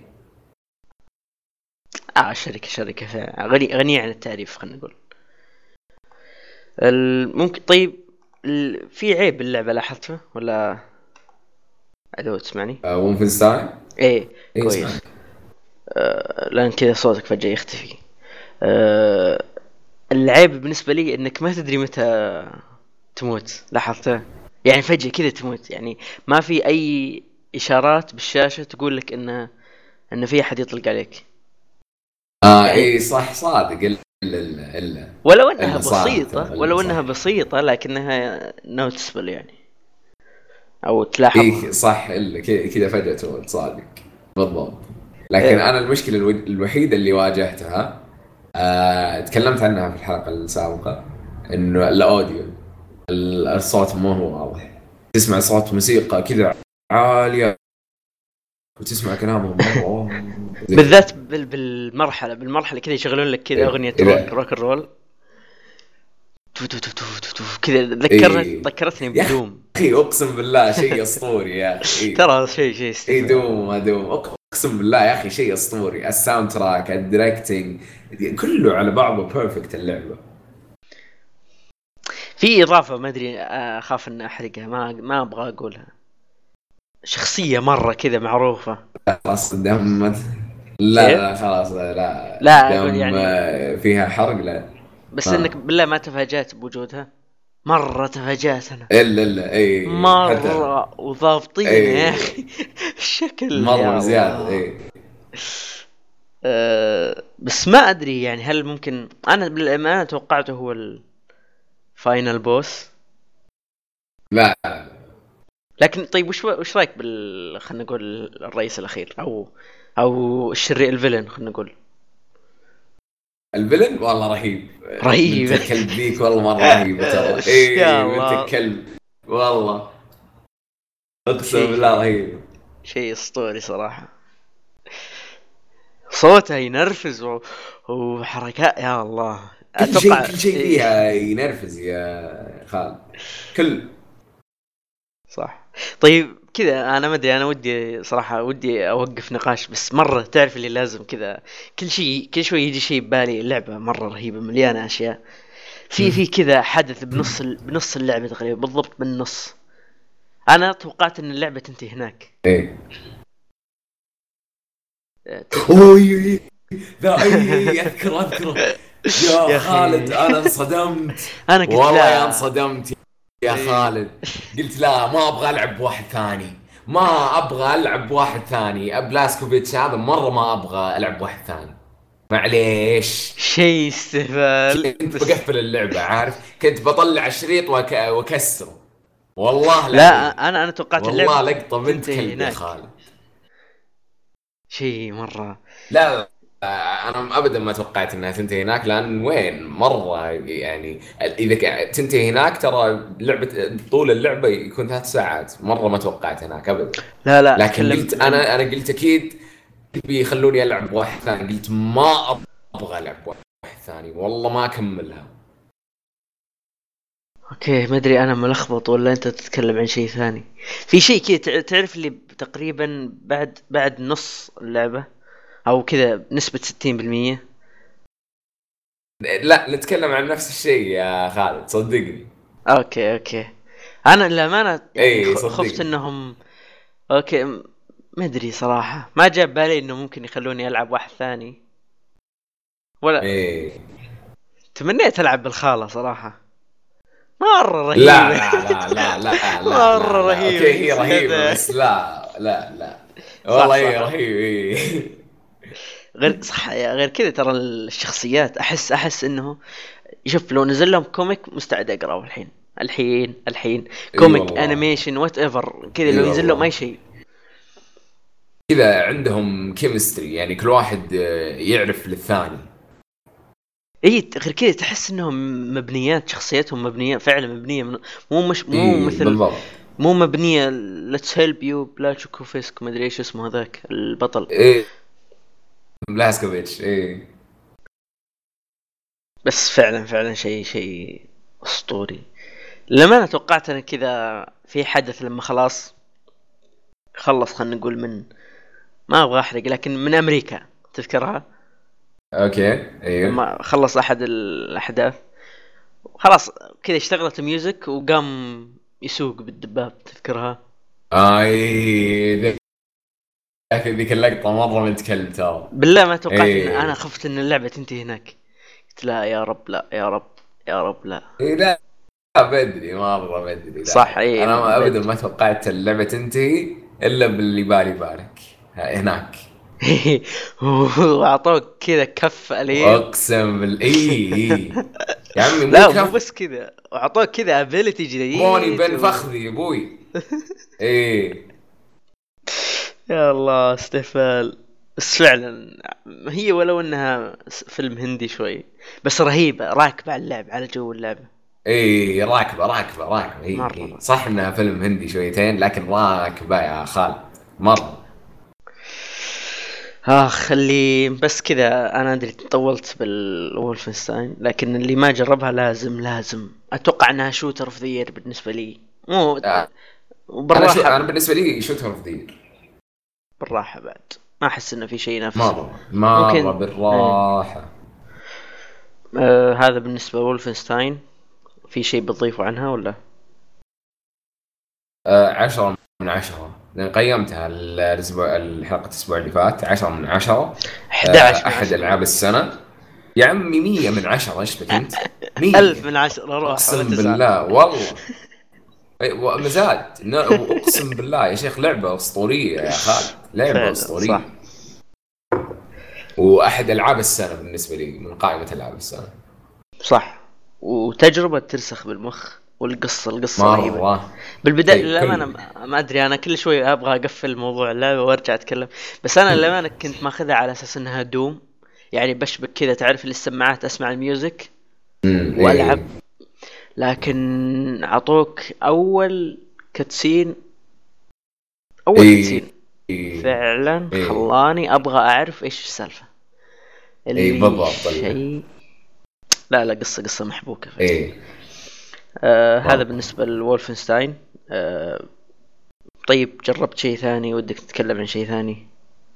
شركه فعلا غنية عن التعريف خلينا نقول. ممكن طيب، في عيب اللعبه لاحظته ولا عدو تسمعني؟ وولفنستاين. ايه ايه اسمع. كويس. لان كذا صوتك فجأة يختفي. أه العيب بالنسبة لي انك ما تدري متى تموت، لاحظته؟ يعني فجأة كذا تموت، يعني ما في اي اشارات بالشاشة تقول لك ان في احد يطلق عليك. يعني ايه صح صادق. الا ولو انها الا صارت ترى، بسيطة، الا صح. لكنها نوتسبل يعني، او تلاحظها. ايه صح، الا كذا فجأة تموت صادق. بالضبط. لكن أه انا المشكله الوحيده اللي واجهتها، تكلمت عنها في الحلقه السابقه، انه الاوديو، الصوت ما هو واضح. تسمع صوت موسيقى كذا عاليه، وتسمع كلامهم مره زي كذا. بالذات بالمرحلة كذا يشغلون لك كذا إيه. اغنية اذا روك الرول، كذا اي ذكرتني يا بدوم. اخي اقسم بالله شيء اسطوري يا اخي. اي ترى شيء اي استثنائي. دوم اقسم بالله يا اخي شيء اسطوري. الساوند تراك، الدايركتنج، كله على بعضه بيرفكت اللعبه. في اضافه ما ادري، اخاف ان احرقها، ما ابغى اقولها. شخصيه مره كذا معروفه. خلاص دم. لا كيف؟ لا خلاص، لا لا اقول دم يعني، فيها حرق لا. بس انك ما بالله ما تفاجأت بوجودها. مره تفاجأت انا، الا اي حتى. مره وضابطين يا اي اخي. الشكل مره يا بزياده الله. اي. بس ما ادري يعني، هل ممكن، انا بالامانه توقعته هو الفاينل بوس. لا لكن طيب، وش رايك خلينا نقول الرئيس الاخير، او الشرير الفيلن خلينا نقول. الفيلن والله رهيب. بنت رهيب. الكلب ذيك والله مره رهيبه ترى. يا اي بنت الله، الكلب والله اقسم شيء بالله شيء رهيب. شيء اسطوري صراحه. صوته ينرفز وحركات يا الله، اتوقع كل شيء إيه. فيها ينرفز يا خالد. كل صح. طيب كذا انا ما ادري، انا ودي صراحه اوقف نقاش، بس مره تعرف اللي لازم كذا، كل شوي يجي شيء ببالي. اللعبه مره رهيبه مليانه اشياء، في كذا حدث بنص اللعبه تقريبا، بالضبط بالنص. انا توقعت ان اللعبه تنتهي هناك. ايه. تذكر؟ اوي ذا اي اذكره. يا يا خالد اخي. انا انصدمت. انا قلت والله يا لا. انصدمت يا إيه. خالد. قلت لا، ما ابغى العب بواحد ثاني. ما ابغى العب بواحد ثاني. بلاسكوفيتش هذا مره ما ابغى العب بواحد ثاني. معليش. شيء استهبال كنت بس. بقفل اللعبة، عارف، كنت بطلع الشريط واكسره. والله لا، العظيم. انا توقعت اللعبه والله لقطة بنت تنتهي كلب يا هناك، خالد. شيء مره. لا انا ابدا ما توقعت انها تنتهي هناك، لان وين مره يعني اذا تنتهي هناك ترى لعبه طول اللعبه يكون 3 ساعات. مره ما توقعت هناك ابدا. لا لكن اتكلم قلت انا قلت اكيد بيخلوني العب بواحد ثاني. قلت ما ابغى العب بواحد ثاني، والله ما اكملها. اوكي، ما ادري انا ملخبط ولا انت تتكلم عن شيء ثاني. في شيء كذا تعرف اللي تقريبا بعد نص اللعبه، او كذا نسبه 60%. لا نتكلم عن نفس الشيء يا خالد صدقني. اوكي، انا للامانه يعني اي خفت صدقني. انهم، اوكي، ما ادري صراحه، ما جاب بالي انه ممكن يخلوني العب واحد ثاني ولا. اي تمنيت العب بالخاله صراحه، مره لا رهيبه. لا لا لا لا لا مره لا لا اوكي، رهيبه هي رهيبة كذا. بس لا لا لا، صح والله هي صح. رهيبة إيه. غير صح، غير كذا ترى الشخصيات احس انه، شوف لو نزل لهم كوميك مستعد اقراه الحين. الحين اي كوميك والله، انيميشن وات ايفر كذا اي لو ينزل لهم والله، اي شيء. كذا عندهم كيمستري، يعني كل واحد يعرف للثاني. اي غير كذا تحس انهم مبنيات، شخصياتهم مبنيه فعلا، مبنيه من، مو اي مثل، بالضبط. مو مبنيه ليتس هيلب يو بلاتشوكوفسك ما ادري ايش اسمه هذاك البطل. اي بلاسكوفيتش اي. بس فعلا شيء اسطوري. لما انا توقعت انا كذا في حدث لما خلص خلينا نقول من، ما ابغى احرق لكن من امريكا، تذكرها؟ اوكي ايوه. لما خلص احد الاحداث خلاص كذا اشتغلت ميوزك وقام يسوق بالدباب، تذكرها؟ اي ذيك اللقطة مرة بنت كلب ترى. بالله ما توقعت، ان انا اي خفت ان اللعبة تنتهي هناك. قلت لا يا رب، لا يا رب، يا رب لا. اي لا، بدري مرة بدري، صح لا اي انا ما ابدا بدري. ما توقعت اللعبة تنتهي الا باللي بالي بالك هناك. واعطوك كذا كف اليم. واقسم اي يا عمي مو لا مو كف، بس كذا، واعطوك كذا ابيلتي موني جديد بين فخذي يا ابوي. ايه يا الله استهفال. بس فعلا هي ولو انها فيلم هندي شوي، بس رهيبة، راكبة على اللعب، على جو اللعبة. ايه راكبه راكبه راكبه، هي مرة هي مرة. صح انها فيلم هندي شويتين لكن راكبه يا خالد مره. اللي بس كذا انا ادري طولت بالولفنستاين، لكن اللي ما جربها لازم اتوقع انها شوتر اوف ذا يير بالنسبة لي. مو آه، بالراحة، انا بالنسبه لي شوتر اوف ذير. بالراحة بعد ما احس انه في شيء ينافس. مره مره ممكن. ايه. بالراحه. هذا بالنسبة لولفنستاين. في شيء بتضيفه عنها ولا؟ 10 من 10، لان قيمتها الاسبوع، الحلقه الاسبوع اللي فات 10 من 10. 11 من احد 10. العاب السنه. يا عمي 100 من 10، ايش بك انت؟ 1000 100. من 10 روح ولا اقسم تزعل. بالله والله. ومزاج اقسم بالله يا شيخ، لعبه اسطوريه يا خالد، لعبه فعلا صح. اسطوريه. واحد العاب السنه بالنسبه لي من قائمه العاب السنه. صح. وتجربة ترسخ بالمخ، القصة رهيبة. مره بالبداية شيء للأمانة كل. ما أدري، أنا كل شوي أبغى أقفل موضوع اللعبة وأرجع أتكلم. بس أنا للأمانة كنت ماخذها على أساس إنها دوم، يعني بشبك كذا تعرف اللي السماعات أسمع الميوزك وألعب. ايه لكن عطوك أول كاتسين، أول ايه كاتسين ايه فعلا ايه خلاني أبغى أعرف إيش السالفة. ايه اللي بالضبط شيء، لا قصة محبوكة فعلا. ايه هذا مره. بالنسبة لولفنستاين. طيب جربت شيء ثاني ودك تتكلم عن شيء ثاني؟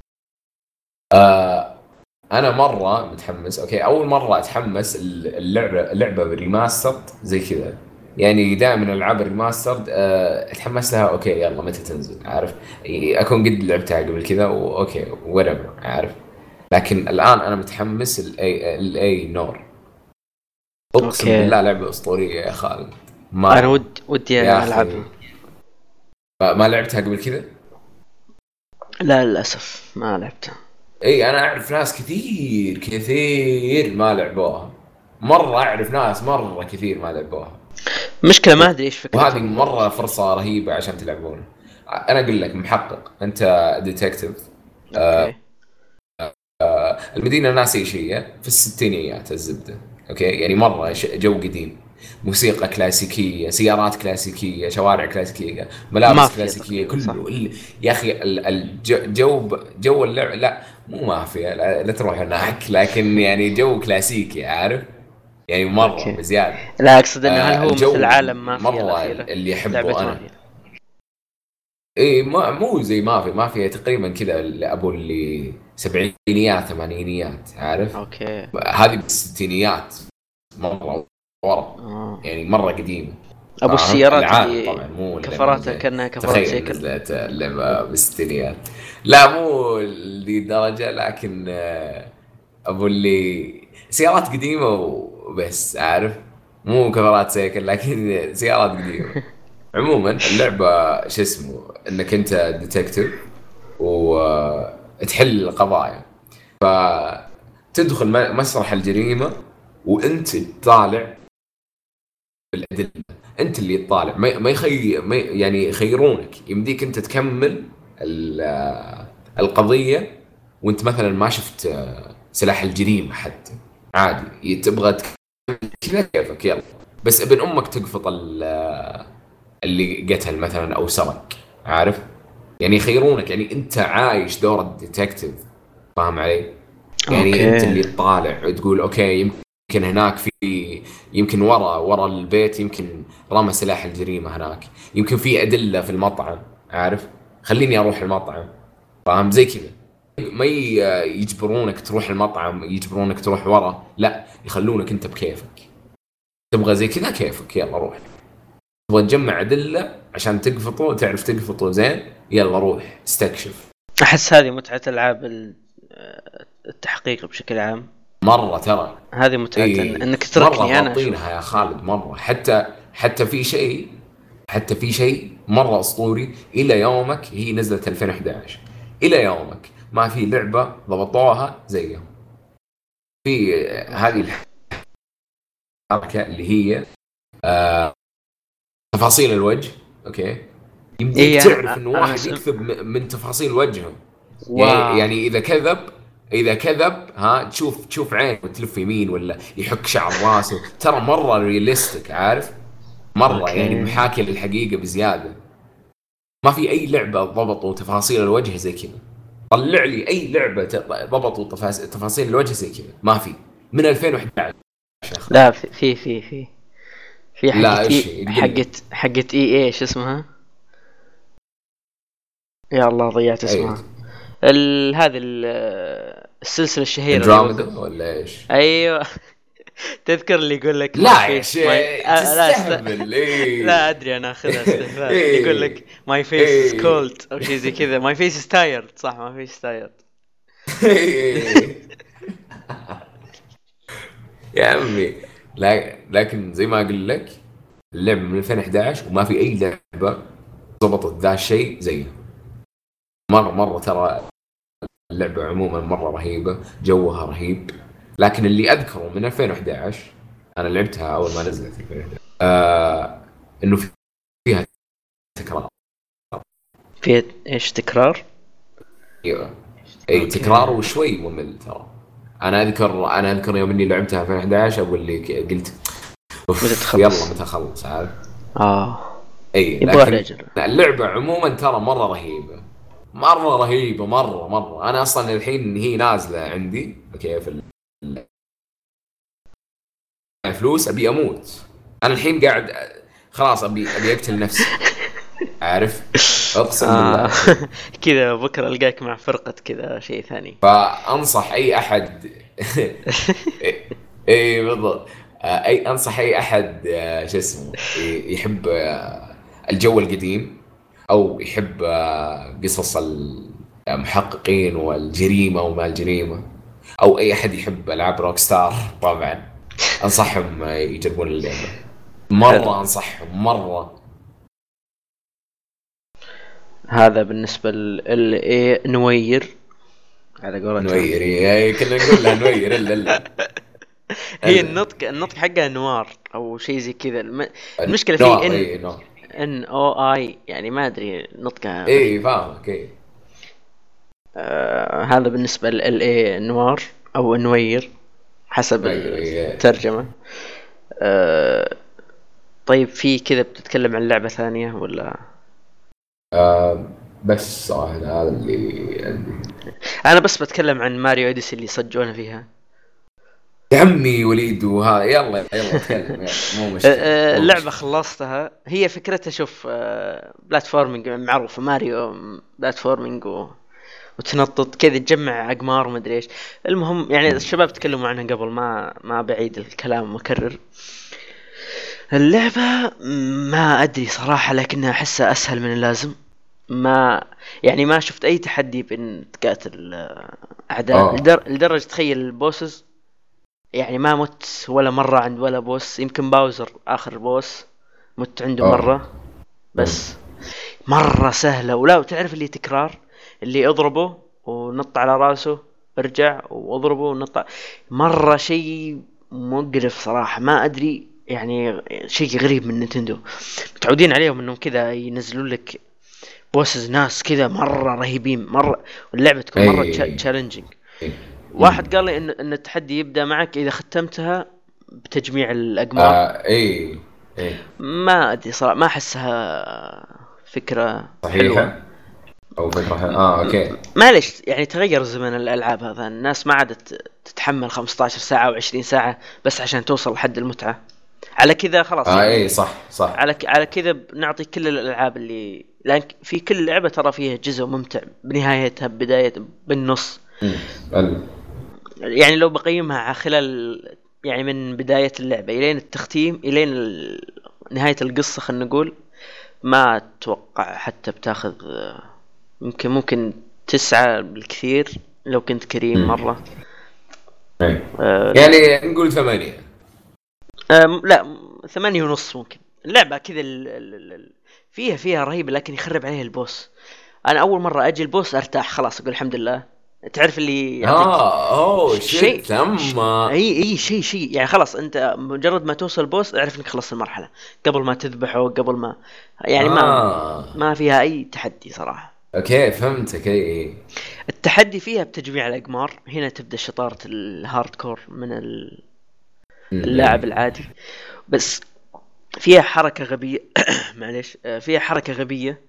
انا مره متحمس. اوكي اول مره اتحمس اللعبه بالريماستر زي كذا. يعني دائما العاب الريماستر اتحمس لها، اوكي يلا متى تنزل عارف. اكون قد لعبتها قبل كذا واوكي whatever عارف. لكن الان انا متحمس الاي نور. اقسم اوكي. بالله لعبه اسطوريه يا خالد انا مره. ودي يا العبها. اخي ما لعبتها قبل كذا. لا للاسف ما لعبتها. اي انا اعرف ناس كثير كثير ما لعبوها. مره اعرف ناس مره كثير ما لعبوها. مشكلة ما ادري ايش وهذه فكرتهم مره بالضبط. فرصه رهيبه عشان تلعبونه. انا اقول لك محقق انت، ديتكتيف. اوكي. المدينه ناسيشيه في الستينيات الزبده. اوكي يعني مره جو قديم. موسيقى كلاسيكيه، سيارات كلاسيكيه، شوارع كلاسيكيه، ملابس مافيا كلاسيكيه، تقريبا صح؟ كله يا اخي جو اللعب. لا مو مافيا، لا تروح هناك، لكن يعني جو كلاسيكي عارف. يعني مره اوكي. بزياده. لا اقصد انه هل هو مثل الجو عالم مافيا مره الاخيرة؟ اللي لعبة احبه انا. مافيا. اي ما مو زي مافيا تقريبا كذا، ابو اللي سبعينيات ثمانينيات عارف. اوكي. هذه بالستينيات مره ورا. آه. يعني مره قديمه. ابو فاهم السيارات العالم اللي طبعا مو اللعبه كفراتها اللي كانها كفرات تخيل سيكل. نزلت اللعبه بالستينيات. لا مو لذي الدرجه، لكن ابو اللي سيارات قديمه وبس، عارف، مو كاميرات سيكل لكن سيارات قديمة. عموما اللعبة شو اسمه انك انت ديتكتيف وتحل القضايا، فتدخل مسرح الجريمة وانت تطالع بالأدلة، انت اللي تطالع، ما يعني يخيرونك، يمديك انت تكمل القضية وانت مثلا ما شفت سلاح الجريمة حتى، عادي تبغى كذا كيفك يلا، بس ابن امك تقفط اللي قتل مثلا او سرق، عارف، يعني يخيرونك، يعني انت عايش دور الديتكتيف، فاهم علي؟ يعني انت اوكي. اللي تطالع وتقول اوكي يمكن هناك في، يمكن ورا البيت يمكن رمى سلاح الجريمة هناك، يمكن في أدلة في المطعم، عارف، خليني أروح المطعم، فاهم زي كذا. ما يجبرونك تروح المطعم، يجبرونك تروح ورا، لا يخلونك انت بكيفك، تبغى زي كذا كيفك يلا روح، تبغى تجمع أدلة عشان تقفطه، تعرف تقفطه زين، يلا روح استكشف. احس هذه متعة العاب التحقيق بشكل عام. مرة ترى، هذه متعة اي انك مرة تتركني انا ضابطينها اشوف. يا خالد، مرة حتى في شيء، حتى في شيء مرة أسطوري إلى يومك، هي نزلت 2011، إلى يومك ما في لعبة ضبطوها زيها، في هذه الحركة اللي هي تفاصيل الوجه، أوكي، يمديك اي تعرف إنه انا واحد يكذب من تفاصيل وجهه، واو. يعني إذا كذب ها تشوف عينه تلف يمين ولا يحك شعر راسه، ترى مرة رياليستيك، عارف، مرة يعني اوكي. محاكي للحقيقة بزيادة. ما في أي لعبة ضبطوا تفاصيل الوجه زي كذا، طلع لي أي لعبة ضبطوا تفاصيل الوجه زي كذا، ما في، من 2011 يا أخي. لا في لا حقت إيش اي يقول لي؟ حقت اي ايش اسمها؟ يا الله ضيعت أي اسمها. هذه السلسلة الشهيرة اللي اندروميدا ولا إيش؟ ايوه. تذكر اللي يقول لك ماي لا يا فيس ماي شيء تستهبل، لا إيه ادري انا اخذها استهبال، يقول إيه لك ماي فيس از إيه كولد او شيء زي كذا، ماي فيس از تايرد، صح ماي فيس تايرد. إيه. يا عمي، لكن زي ما اقول لك اللعبه من 2011 وما في اي لعبه ضبطت ذا الشيء زيها، مره ترى اللعبه عموما مره رهيبه، جوها رهيب، لكن اللي اذكره من 2011، انا لعبتها اول ما نزلت 2011، انه فيها تكرار. في ايش تكرار؟ ايوه، اي تكرار اوكي. وشوي ممل ترى. انا اذكر يوم اني لعبتها 2011 اقول لك قلت متى اوف يلا تخلص؟ متى اخلص، عارف. اه اي يبغى لكن رجل. اللعبة عموما ترى مرة رهيبة، مرة رهيبة، مرة انا اصلا الحين هي نازلة عندي اوكي في الفلوس، ابي اموت، انا الحين قاعد خلاص ابي اقتل نفسي، عارف، اقسم آه. بالله كذا. كذا بكره القاك مع فرقة كذا شيء ثاني. فانصح اي احد اي بالضبط، اي انصح اي احد شو اسمه يحب الجو القديم، او يحب قصص المحققين والجريمه وما الجريمه، او اي احد يحب العاب روك ستار طبعا، انصحهم يجربون اللعبه، حلو. مره انصحهم مره. هذا بالنسبة إيه نوير على قولتهم. نوير، كنا نقول لها نوير الا هي الا النطق حقها نوار او شيء زي كذا، المشكله نوار، في اي نوار، ان او اي، يعني ما ادري نطقها اي غريب. فاهمك، اي هذا بالنسبه لل اي نوار او نوير حسب نوير، الترجمه. آه طيب في كذا بتتكلم عن لعبه ثانيه ولا؟ بس صراحة هذا اللي عندي. انا بس بتكلم عن ماريو اوديسي اللي صجونا فيها. يا عمي وليد وهذا، يلا تكلم، يلا مو مشكلة مو اللعبة مشكلة. خلصتها، هي فكرتها شوف بلاتفورمينج معروفة، ماريو بلاتفورمينج وتنطط كذا تجمع أقمار ومدري إيش. المهم يعني الشباب تكلموا عنها قبل، ما بعيد الكلام مكرر. اللعبة ما أدري صراحة، لكنها أحسها أسهل من اللازم. ما يعني ما شفت أي تحدي بين تقاتل أعداء اه لدرجة تخيل البوسز يعني ما مت ولا مرة عند ولا بوس، يمكن باوزر آخر بوس مت عنده اوه. مرة بس. مرة سهلة، ولا تعرف اللي تكرار، اللي اضربه ونط على راسه، ارجع واضربه ونط مرة شيء مقرف صراحة، ما ادري يعني، شيء غريب من نينتندو. متعودين عليهم انهم كذا ينزلون لك بوسز ناس كذا مرة رهيبين مرة، واللعبة تكون مرة اي. تشالنجينج. اي. واحد قال لي ان التحدي يبدأ معك اذا ختمتها بتجميع الاقمار. اي. اي. ما ادري صراحة، ما احسها فكرة حلوة. صحيحة. او فكرة اوكي. معليش يعني، تغير زمن الالعاب، هذا الناس ما عادت تتحمل 15 ساعة و20 ساعة بس عشان توصل لحد المتعة. على كذا خلاص اي يعني، صح صح. على كذا بنعطي كل الالعاب اللي، لان في كل لعبة ترى فيها جزء ممتع بنهايتها، ببداية بالنص. امم. ال... يعني لو بقيمها خلال، يعني من بداية اللعبة الين التختيم الين نهاية القصة خلينا نقول، ما اتوقع حتى بتاخذ، ممكن 9 بالكثير لو كنت كريم مم. مرة. اي. آه يعني نقول 8. لا 8.5 ممكن. اللعبة كذا فيها رهيبة، لكن يخرب عليها البوس. أنا أول مرة أجي البوس أرتاح خلاص، أقول الحمد لله. تعرف اللي يعطيك اوه شيء، شيت ثم. اي شيء يعني، خلاص انت مجرد ما توصل بوس اعرف انك خلصت المرحله، قبل ما تذبحه، قبل ما، يعني اه ما فيها اي تحدي صراحه. اوكي فهمتك. اي اي. التحدي فيها بتجميع الاقمار، هنا تبدا شطاره الهارد كور من اللاعب اي. العادي. بس فيها حركه غبيه معليش، فيها حركه غبيه،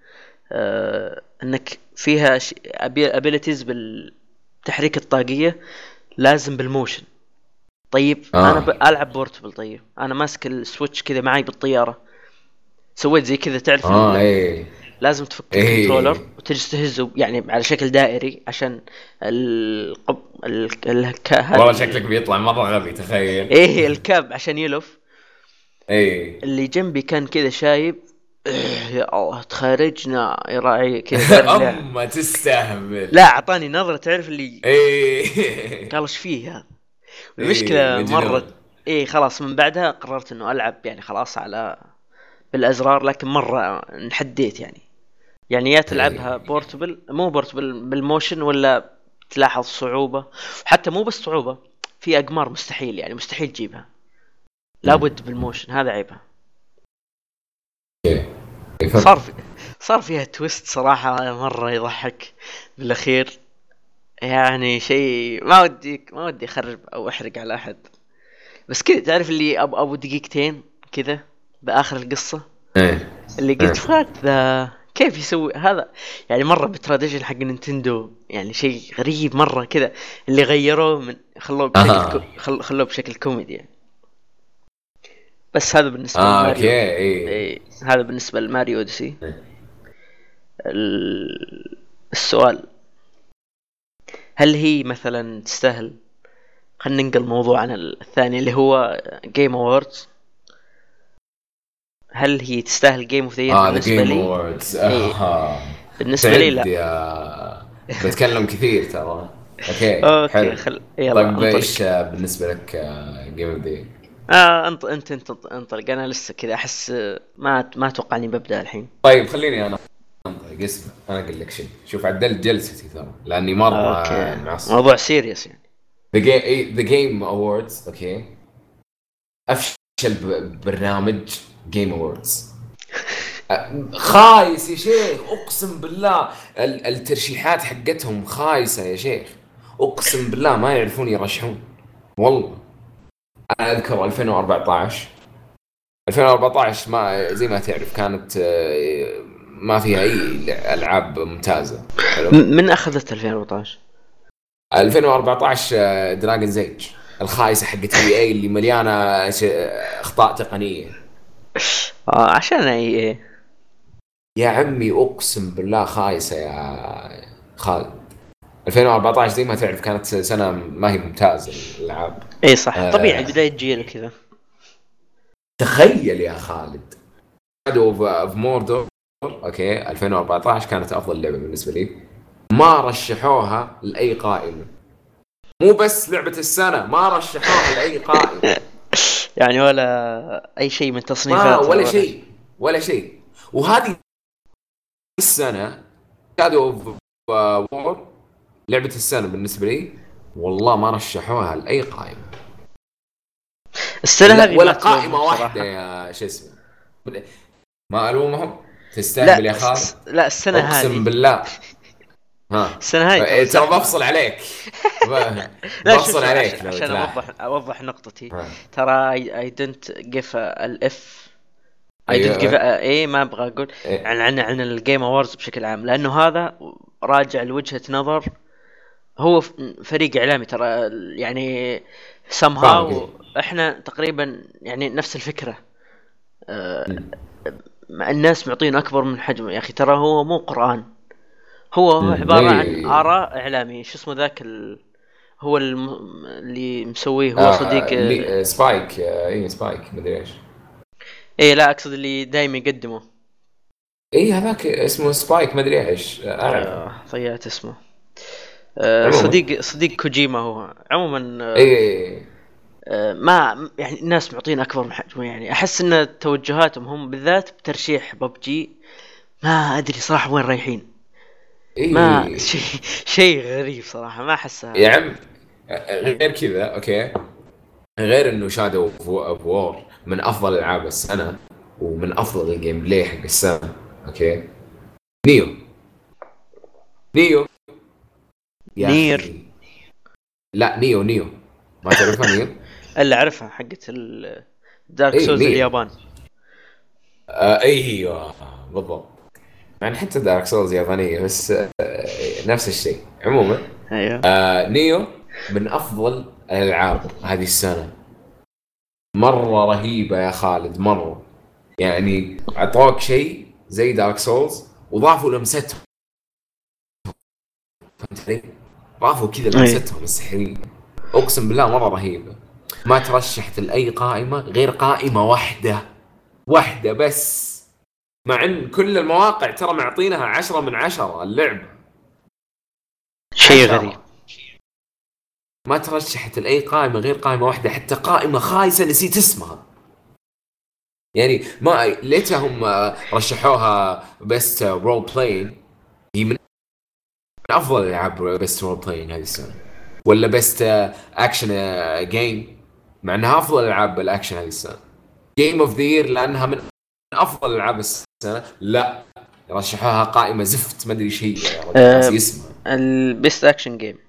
انك فيها ابيلتيز بالتحريك الطاقيه لازم بالموشن. طيب انا اه العب بورتبل، طيب انا ماسك السويتش كذا معي بالطياره، سويت زي كذا تعرف اي لازم تفك الكنترولر اي. وتجلس تهزه يعني على شكل دائري عشان هذه والله شكلك بيطلع مرة غبي تخيل. ايه الكاب عشان يلف. اي. اللي جنبي كان كذا شايب، يا الله تخرجنا يا راعي كذا دار اللعب. اما تستهبل. لا اعطاني نظرة تعرف اللي اي. قال ايش فيه هذا. اي المشكلة مرة، مجنون. ايه خلاص من بعدها قررت انه العب يعني خلاص على بالازرار، لكن مرة انحديت يعني يا تلعبها اي. بورتبل، مو بورتبل بالموشن، ولا تلاحظ صعوبة. حتى مو بس صعوبة، في اقمار مستحيل يعني مستحيل تجيبها، لابد بالموشن، هذا عيبها. كيف؟ صار في صار فيها تويست صراحة مرة يضحك بالاخير، يعني شيء ما ودي اخرب او احرق على احد، بس كذا تعرف اللي ابو دقيقتين كذا باخر القصة، ايه. اللي قلت ايه. فات ذا كيف يسوي هذا. يعني مرة بتراديشن حق نينتندو، يعني شيء غريب مرة كذا، اللي غيروه من خلوه بشكل اه. خلوه بشكل كوميدي يعني. بس هذا بالنسبة اوكي. لماريو. ايه. إيه هذا بالنسبة لماريو اوديسي. إيه. السؤال، هل هي مثلا تستاهل، خلينا ننقل الموضوع عن الثاني اللي هو جيم اووردز، هل هي تستاهل جيم اوف ذا يير ذا بالنسبة جيم لي؟ اووردز. ايه بالنسبة لي تعد لا. يا. بتكلم كثير ترى. اوكي اوكي حلو. يلا طيب انطلق. ايش بالنسبة لك جيم اوف ذا؟ انت انطلق، انا لسه كذا احس، ما اتوقع اني ببدا الحين. طيب خليني انا انطلق. اسمع انا اقول لك شيء، شوف عدلت جلستي ترى لاني مرة اوكي معصب. موضوع سيريس يعني. ذا جيم اووردز اوكي افشل برنامج جيم اووردز. خايس يا شيخ اقسم بالله. الترشيحات حقتهم خايسه يا شيخ. اقسم بالله ما يعرفون يرشحون والله. انا اذكر 2014 ما زي ما تعرف كانت ما فيها اي العاب ممتازه. حلو. من اخذت 2014؟ 2014 دراجون زيج الخايسه حقت اي اللي مليانه اخطاء تقنيه. عشان ايه. يا عمي اقسم بالله خايسه يا خالد. 2014 زي ما تعرف كانت سنه ما هي ممتازه الالعاب. ايه صح طبيعي أه بداية جيل كذا. تخيل يا خالد شادو اوف موردور اوكي 2014 كانت افضل لعبه بالنسبه لي. ما رشحوها لاي قائمه. مو بس لعبة السنة، ما رشحوها لأي قائمة. يعني ولا اي شيء من ما تصنيفاتها ولا شيء ولا شيء. وهذه السنة شادو اوف وور لعبة السنة بالنسبة لي، والله ما رشحوها لأي قائمة. السنه هذه ولا ما تلومهم قائمة واحدة صراحه. يا شو اسمه. ما ألومهم، تستهبل لا يا خالد. لا السنه أقسم هذه، بالله. ها السنه هذه ترى ترى زحمه. بفصل عليك. لا شوف بفصل شوف، عليك لو عشان تلاحظ. اوضح نقطتي. ها. ترى I didn't give a F. I didn't give ايوه a A. ما ابغى اقول إيه. عن الجيم اووردز بشكل عام، لانه هذا راجع لوجهة نظر. هو فريق اعلامي ترى، يعني فاهمك somehow إيه. احنا تقريبا يعني نفس الفكرة. آه، مم. مع الناس معطين اكبر من حجمه يا اخي. ترى هو مو قرآن، هو عبارة عن إيه. آراء إعلامي. شو اسمه ذاك هو اللي مسويه هو صديق. سبايك اي سبايك مدري ايش. ايه لا اقصد اللي دايم يقدمه. اي هذاك اسمه سبايك مدري ايش اعرف. ضيعت اسمه. عموما صديق كوجيما هو عموما. اي ما يعني الناس معطين اكبر من حجمه. يعني احس ان توجهاتهم هم بالذات بترشيح ببجي ما ادري صراحة وين رايحين. ما اي شيء غريب صراحة، ما يا احسها. عم. غير كذا اوكي، غير انه شادو اوف وور من افضل العاب السنه ومن افضل الجيم بلاي حق السنه. اوكي نيو. نيو يا نير اخي. لا نيو ما تعرفها نيو. اللي اعرفها حقت دارك اي سولز نيو اليابان. ايوه بالضبط. يعني حتى دارك سولز يابانيه بس نفس الشيء. عموما ايوه نيو من افضل الالعاب هذه السنه، مره رهيبه يا خالد مره. يعني اعطوك شيء زي دارك سولز وضافوا لمستهم، فهمت علي؟ ضافوا كذا ايه. لمستهم السحريه. اقسم بالله مره رهيبه. ما ترشحت لاي قائمه غير قائمه واحده بس، مع ان كل المواقع ترى معطينها 10 من 10 اللعبه. شيء غريب. 10. ما ترشحت لاي قائمه غير قائمه واحده، حتى قائمه خايسه نسيت اسمها. يعني ما ليتهم رشحوها بيست رول بلاين. هي من افضل الالعاب بيست رول بلاين هذه السنه، ولا بيست اكشن جيم، مع انها افضل العاب الاكشن هذه السنه. جيم اوف ذا يير لانها من افضل العاب السنه، لا رشحوها قائمه زفت ما ادري ايش هي يا رجل ناسي اسمها. البيست اكشن جيم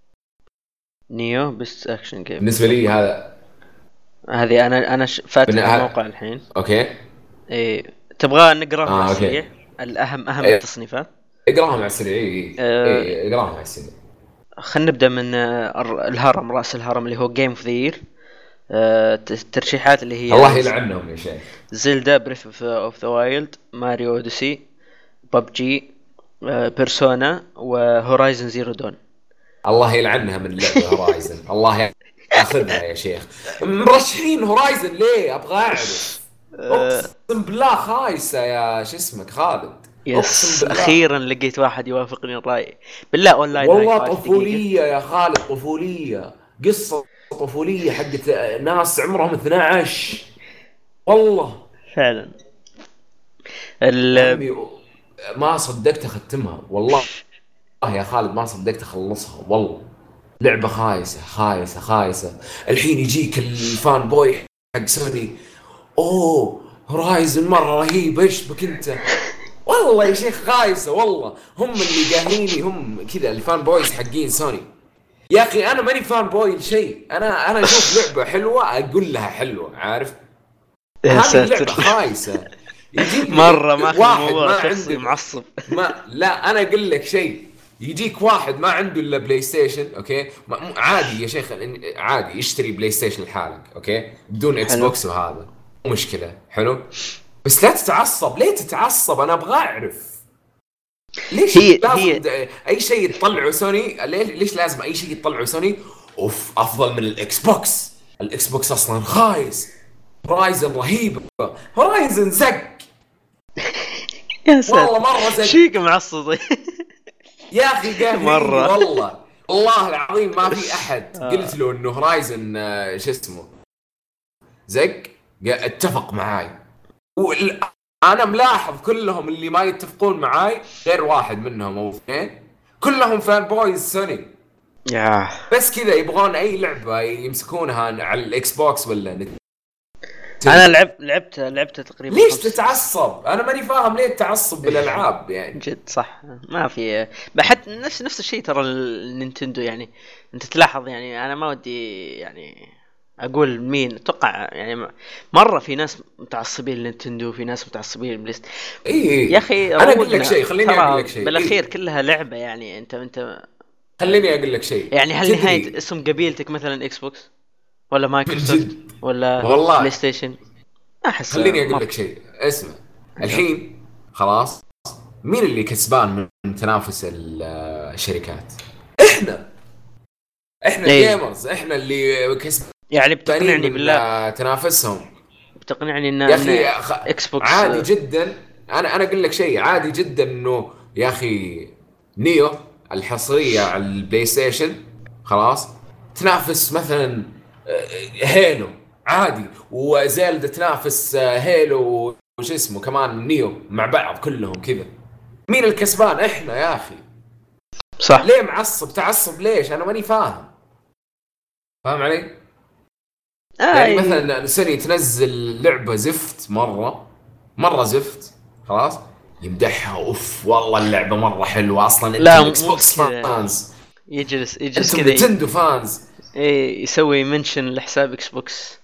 نيو بيست اكشن جيم بالنسبه لي هذا هذه انا فاتح الموقع الحين. اوكي إيه. تبغى نقراهم على اوكي السريع الاهم إيه. التصنيفات. اقراها مع السريع. اي اقراها مع السريع. خلينا نبدا من الهرم، راس الهرم اللي هو جيم اوف ذا يير. الترشيحات اللي هي الله يلعنهم يا شيخ. زيلدا بريث اوف ذا وايلد، ماريو اوديسي، ببجي، بيرسونا، وهورايزن زيرو دون. الله يلعنها من لعبه هورايزن. الله ياخذها يا شيخ. مرشحين هورايزن ليه؟ ابغى اعرف. اقسم بالله خايسه يا شو اسمك خالد. يس اقسم بالله اخيرا لقيت واحد يوافقني الراي. بالله اونلاين هاي والله 5 طفوليه يا خالد، طفوليه، قصه طفوليه حقت ناس عمرهم 12 والله. فعلا. يا عمي ما صدقت اختمها والله يا خالد، ما صدقت اخلصها والله. لعبه خايسه. الحين يجيك الفان بوي حق سوني، اوه هورايزن مره رهيب، ايش بك انت؟ والله يا شيخ خايسه والله. هم اللي قاهريني، هم كذا الفان بويز حقين سوني. يا اخي انا ماني فان بوي لشيء، انا اشوف لعبه حلوه اقول لها حلوه، عارف؟ يا هذه ساتر اللعبه خايسه. يجيك مرة ماخذ واحد الموضوع ما شخصي عنده معصب. ما لا انا اقول لك شيء، يجيك واحد ما عنده الا بلاي ستيشن، اوكي عادي يا شيخ، عادي يشتري بلاي ستيشن لحالك اوكي بدون اكس حلو. بوكس، وهذا مو مشكله حلو. بس لا تتعصب. ليه تتعصب؟ انا ابغى اعرف ليش لازم اي شيء يطلعوا سوني. ليش لازم اي شيء يطلعوا سوني اوف افضل من الاكس بوكس؟ الاكس بوكس اصلا خايس. هورايزن رهيبه. هورايزن زق يا ساتر والله مره زق شيك معصب. يا اخي قاهريني مرة. والله. والله العظيم ما في احد قلت له انه هورايزن شو اسمه زق اتفق معاي. انا ملاحظ كلهم اللي ما يتفقون معاي غير واحد منهم او اثنين، كلهم فان بويز سوني. يا بس كذا يبغون اي لعبه يمسكونها على الاكس بوكس ولا انا لعبت تقريبا ليش تتعصب؟ انا ماني فاهم ليه التعصب بالالعاب يعني. جد صح، ما في بحد نفس الشيء ترى النينتندو يعني. انت تلاحظ يعني، انا ما ودي يعني اقول مين اتوقع يعني، مره في ناس متعصبين للنينتندو، في ناس متعصبين للبلايست. يا اي اخي انا اقول لك روقنا شيء، خليني اقول ترى، لك شيء. بالاخير كلها لعبه يعني. انت خليني اقول لك شيء. يعني هل نهايه تدري اسم قبيلتك مثلا اكس بوكس ولا من مايكروسوفت جد ولا بلاي والله، ستيشن؟ احس خليني اقول مره. لك شيء، اسمع. ايوه الحين خلاص، مين اللي كسبان من تنافس الشركات؟ احنا. احنا ايه الجيمرز، احنا اللي يعني كسبانين بتقنعني من بالله، تنافسهم. بتقنعني يا ان اخي اكس بوكس عادي جدا. انا اقول لك شيء عادي جدا، انه يا اخي نيو الحصريه على البلاي ستيشن خلاص تنافس مثلا هيلو عادي، وزيلدا تنافس هيلو، وش اسمه كمان نيو مع بعض كلهم كذا. مين الكسبان؟ احنا يا اخي. صح. ليه معصب؟ تعصب ليش؟ انا ماني فاهم. فاهم علي؟ يعني اي مثلا سوني تنزل لعبه زفت مره زفت خلاص، يمدحها اوف والله اللعبه مره حلوه، اصلا لا انتم اكس مو بوكس بكذا، فانز، يجلس انتم كذا نتندو فانز. يسوي منشن لحساب اكس بوكس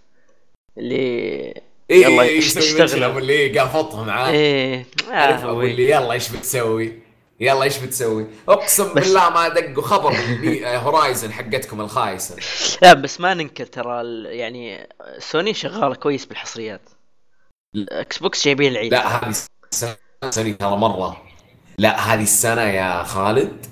اللي يلا ايه يسوي منشن اشتغلوا. ابو اللي قافطها معاه. ايه عارف ابو هوي. اللي يلا ايش بتسوي؟ يلا ايش بتسوي؟ اقسم بس بالله ما دقوا خبر هورايزن حقتكم الخايسه. لا بس ما ننكر ترى يعني سوني شغاله كويس بالحصريات، اكس بوكس جايبين العيد لا ترى. هذه السنه سوني ترى مره، لا هذه السنة يا خالد،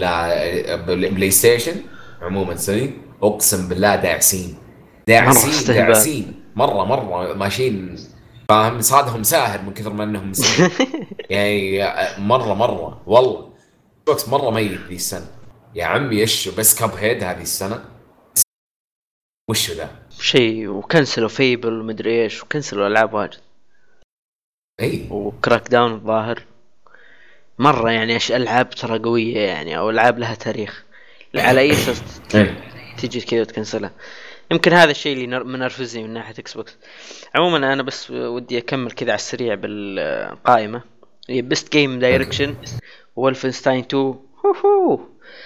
لا بلاي ستيشن عموما سوني اقسم بالله داعسين مره داعسين استهبال. داعسين مرة ماشيين. فاهم؟ صادهم ساهر من كثر ما انهم مسكين يعني. مرة والله بوكس مرة ميت ذي السنة يا عمي. ايش بس كاب هيد هذه السنة؟ وشو ذا؟ شيء وكنسلوا فيبل ومدري ايش، وكنسلوا العاب واجد، اي وكراك داون الظاهر. مرة يعني العاب ترى قوية يعني، او العاب لها تاريخ، على اي اساس اي تيجي كذا وتكنسلها؟ يمكن هذا الشيء اللي منرفزني من ناحية اكس بوكس. عموما انا بس ودي اكمل كذا على السريع بالقائمة. هي بيست جيم اوكي. دايركشن وولفنستاين 2. هوهو.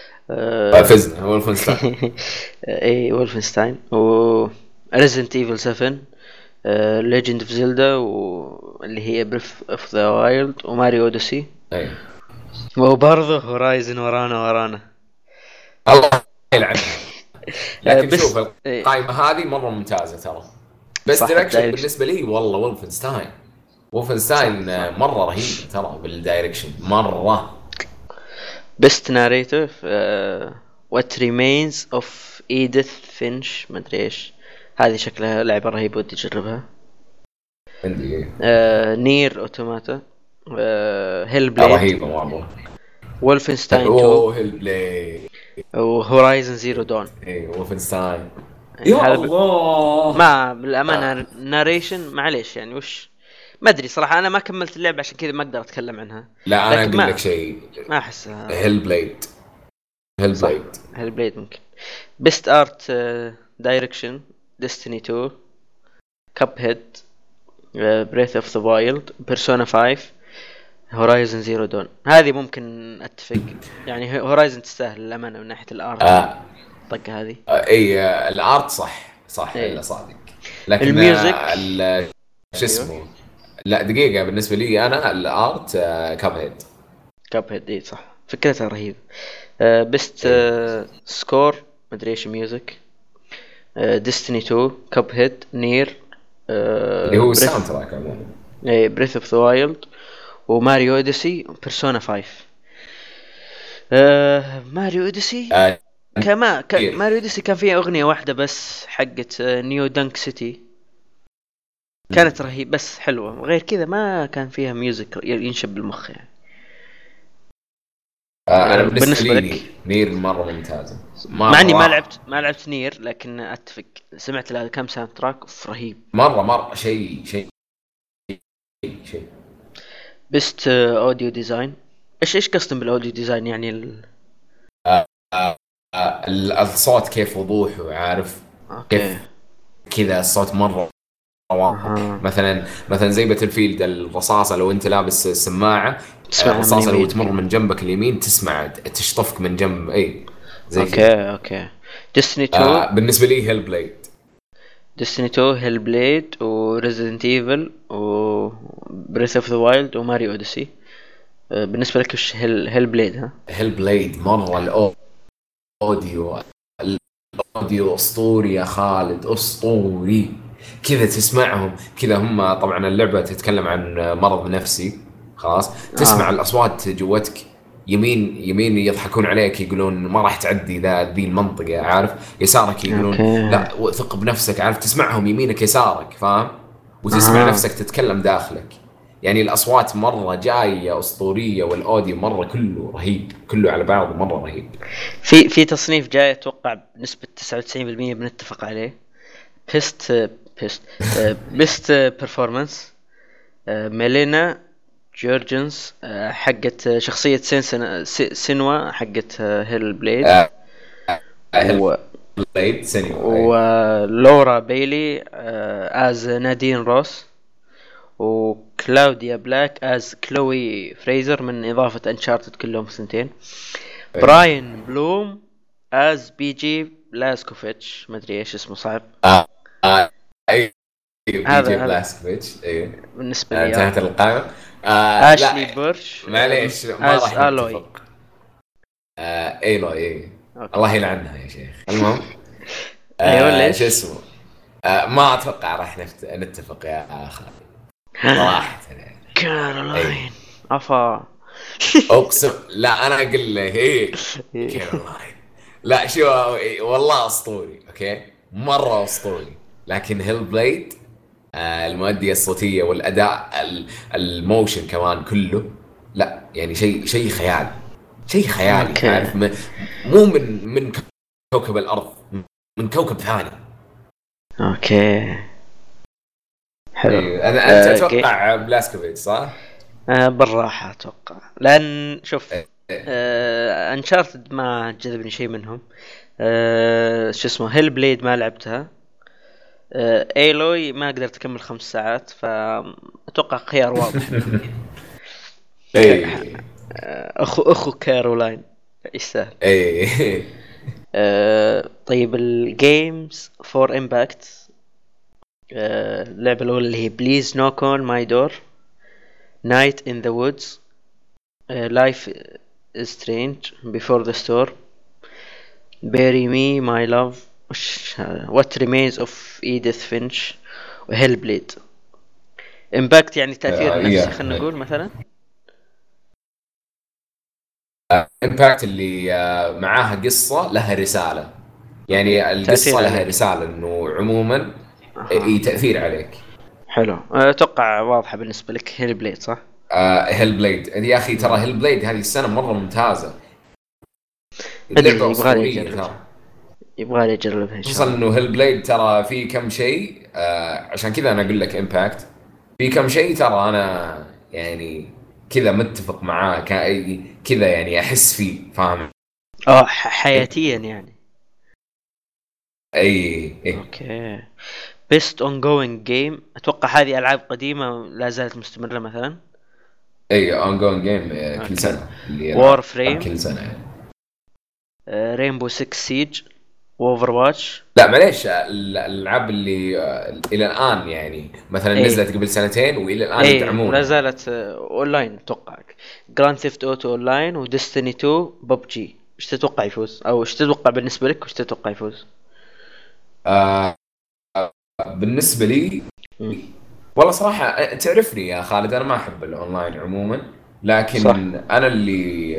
فزنا وولفنستاين. اي وولفنستاين و ريزنت ايفل 7، ليجند اوف زيلدا واللي هي بريف اوف ذا وايلد، وماريو اوديسي، اي وبرضه هورايزن ورانا. الله يلعنها. لكن شوف بس إيه القائمة هذه مرة ممتازة ترى. بس صح دايركشن الدايركشن بالنسبه لي والله وولفنستاين. صح وولفنستاين صح. مره رهيب ترى بالدايركشن مره. بيست ناريتيف وات ريمينز اوف ايديث فينش، ما ادري ايش، هذه شكلها لعبه رهيبه ودي اجربها. عندي نير اوتوماتا، هيل بليد، رهيبه مره. وولفنستاين 2، اوه البلاي. وهورايزن زيرو دون. اي وولفنستاين. يعني يا هذا الله. ما بالامانه ناريشن معليش يعني، وش ما ادري صراحه، انا ما كملت اللعبه عشان كذا ما اقدر اتكلم عنها. لا انا لكن اقول لك شيء. ما احسها. هيل بليد. هيل صح بليد. هيل بليد ممكن. بيست ارت دايركشن ديستني 2، كاب هيد، بريث اوف ذا وايلد، بيرسونا 5، هورايزن زيرو دون. هذه ممكن اتفق يعني، هورايزن تستاهل الامانه من ناحيه الارت آه. والطقه هذه. اي الارت صح صح ايه الا صادق. لكن الميوزك. شو ايوه اسمه. لا دقيقه بالنسبه لي انا الارت كاب هيد. كاب هيد ايه صح، فكرتها رهيبه. بيست اي سكور مدري ايش ميوزك، ديستني 2، كاب هيد، نير، اللي هو الساوند بريث، تراك عموما. بريث اوف ذا وايلد، وماريو اوديسي، وبيرسونا 5. ماريو اوديسي آه ماريو اوديسي كان فيها اغنيه واحده بس حقت نيو دانك سيتي، كانت رهيب بس حلوه، غير كذا ما كان فيها ميوزك ينشب بالمخ يعني. انا بالنسبه بالنسبة لي لك؟ نير مره ممتازه، مع اني مره ما لعبت نير، لكن اتفق، سمعت لها كم ساوند تراك رهيب. مره شيء. بيست اوديو ديزاين. ايش قصدهم بالاوديو ديزاين يعني الصوت كيف وضوحه، عارف اوكي. كيف كذا الصوت مره واضح. اها. مثلا زي باتل فيلد، الرصاصه لو انت لابس سماعه، تسمعها من الرصاصه لو تمر يمينك. من جنبك اليمين تسمع تشطفك من جنب، اي زي كذا. اوكي. ديستني 2. بالنسبه لي هيل بليد. ديستني 2، هيل بليد، وريزيدنت ايفل، و بريث اوف ذا وايلد، وماريو اوديسي. بالنسبة لك وش هيل بليد؟ ها. هيل بليد مره الاوديو، الاوديو اسطوري يا خالد، اسطوري. كذا تسمعهم كذا، هم طبعا اللعبه تتكلم عن مرض نفسي، خلاص تسمع اه. الاصوات جوتك، يمين يضحكون عليك يقولون ما راح تعدي ذي المنطقه، عارف، يسارك يقولون اوكي. لا ثق بنفسك، عارف، تسمعهم يمينك يسارك، فاهم، وتسمع اها. نفسك تتكلم داخلك. يعني الاصوات مره جايه اسطوريه، والاوديو مره كله رهيب، كله على بعض مره رهيب. في تصنيف جاي اتوقع بنسبة 99% بنتفق عليه. بيست بيست بيست بيرفورمانس. ميلينا جورجنز، حقت شخصية سينوا حقت هيل بليد. آه هيل و بليد سينما اي. ولورا بيلي از نادين روس. وكلاوديا بلاك از كلوي فريزر من إضافة انشارتد، كلهم سنتين. اي براين بلوم از بي جي بلاسكوفيتش، ما ادري ايش اسمه، صعب. اي بي جي هذا بلاسكوفيتش اي. بالنسبة لي. انتهت القائمة. اشلي لا بيرش معليش ما از راح الوي. نتفق. ايلو اي. اوكي. الله يلعنها يا شيخ. المهم ايوه شو ليش؟ اسمه، ما اتوقع راح نتفق يا اخي، صراحة يعني. اي كارولاين. افا. اقسم، لا انا اقول له ايه كيرولاين. لا شو، والله اسطوري، اوكي مرة اسطوري. لكن هيل بليد، المؤدية الصوتية والأداء الموشن كمان كله، لا يعني شيء خيالي، شيء خيالي، اوكي. عارف، مو من كوكب الأرض، من كوكب ثاني. اوكي. حلو. ايوه انت جي. اتوقع بلاسكوفيتش صح؟ بالراحة اتوقع، لان شوف، إيه، إيه. انشارتد ما جذبني شيء منهم. شو اسمه، هيل بليد ما لعبتها. ايلوي ما قدرت اكمل 5 ساعات، فاتوقع خيار واضح مني. ك... اي اخو كارولاين، يستاهل. اي طيب الجيمز فور امباكت. اللعبة الأولى اللي هي بليز نوك اون ماي دور، نايت ان ذا وودز، لايف is strange, before the storm, bury me my love, what remains of Edith Finch، وهيل بليد. امباكت يعني تأثير نفسي، خلينا نقول مثلا. امباكت اللي معاها قصة لها رسالة، اوكي، يعني تأثير القصة لها عليك. رسالة انه عموما اها. تأثير عليك. حلو. اتوقع واضحة بالنسبة لك هيل بليد، صح؟ هيل بليد يا اخي، ترى مم. هيل بليد هذه السنة مرة ممتازة، ادري، اللعبة أسطورية ترى. يبغالي اجربها ان شاء خصوصا الله. انه هيل بليد ترى في كم شيء، عشان كذا انا اقول لك امباكت، في كم شيء ترى انا يعني كذا متفق معاه، كذا يعني احس فيه، فاهم. حياتيا يعني. اي اوكي. بيست اون جوينج جيم، اتوقع هذه العاب قديمة لا زالت مستمرة مثلا. اي اون جوين جيم، كل اوكي. سنة اللي وور يلعب فريم، كل سنة يعني. رينبو 6 سيج، اوفر واتش. لا معليش، الالعاب اللي الى الان يعني مثلا ايه. نزلت قبل سنتين والى الان ايه ولا يدعمونها. زالت اونلاين اتوقع. جراند ثيفت اوتو اونلاين، وديستني 2، ببجي. ايش تتوقع يفوز، او ايش تتوقع بالنسبة لك، وش تتوقع يفوز؟ آه بالنسبة لي، مم. والله صراحة تعرفني يا خالد، أنا ما أحب الأونلاين عموما، صح. لكن أنا اللي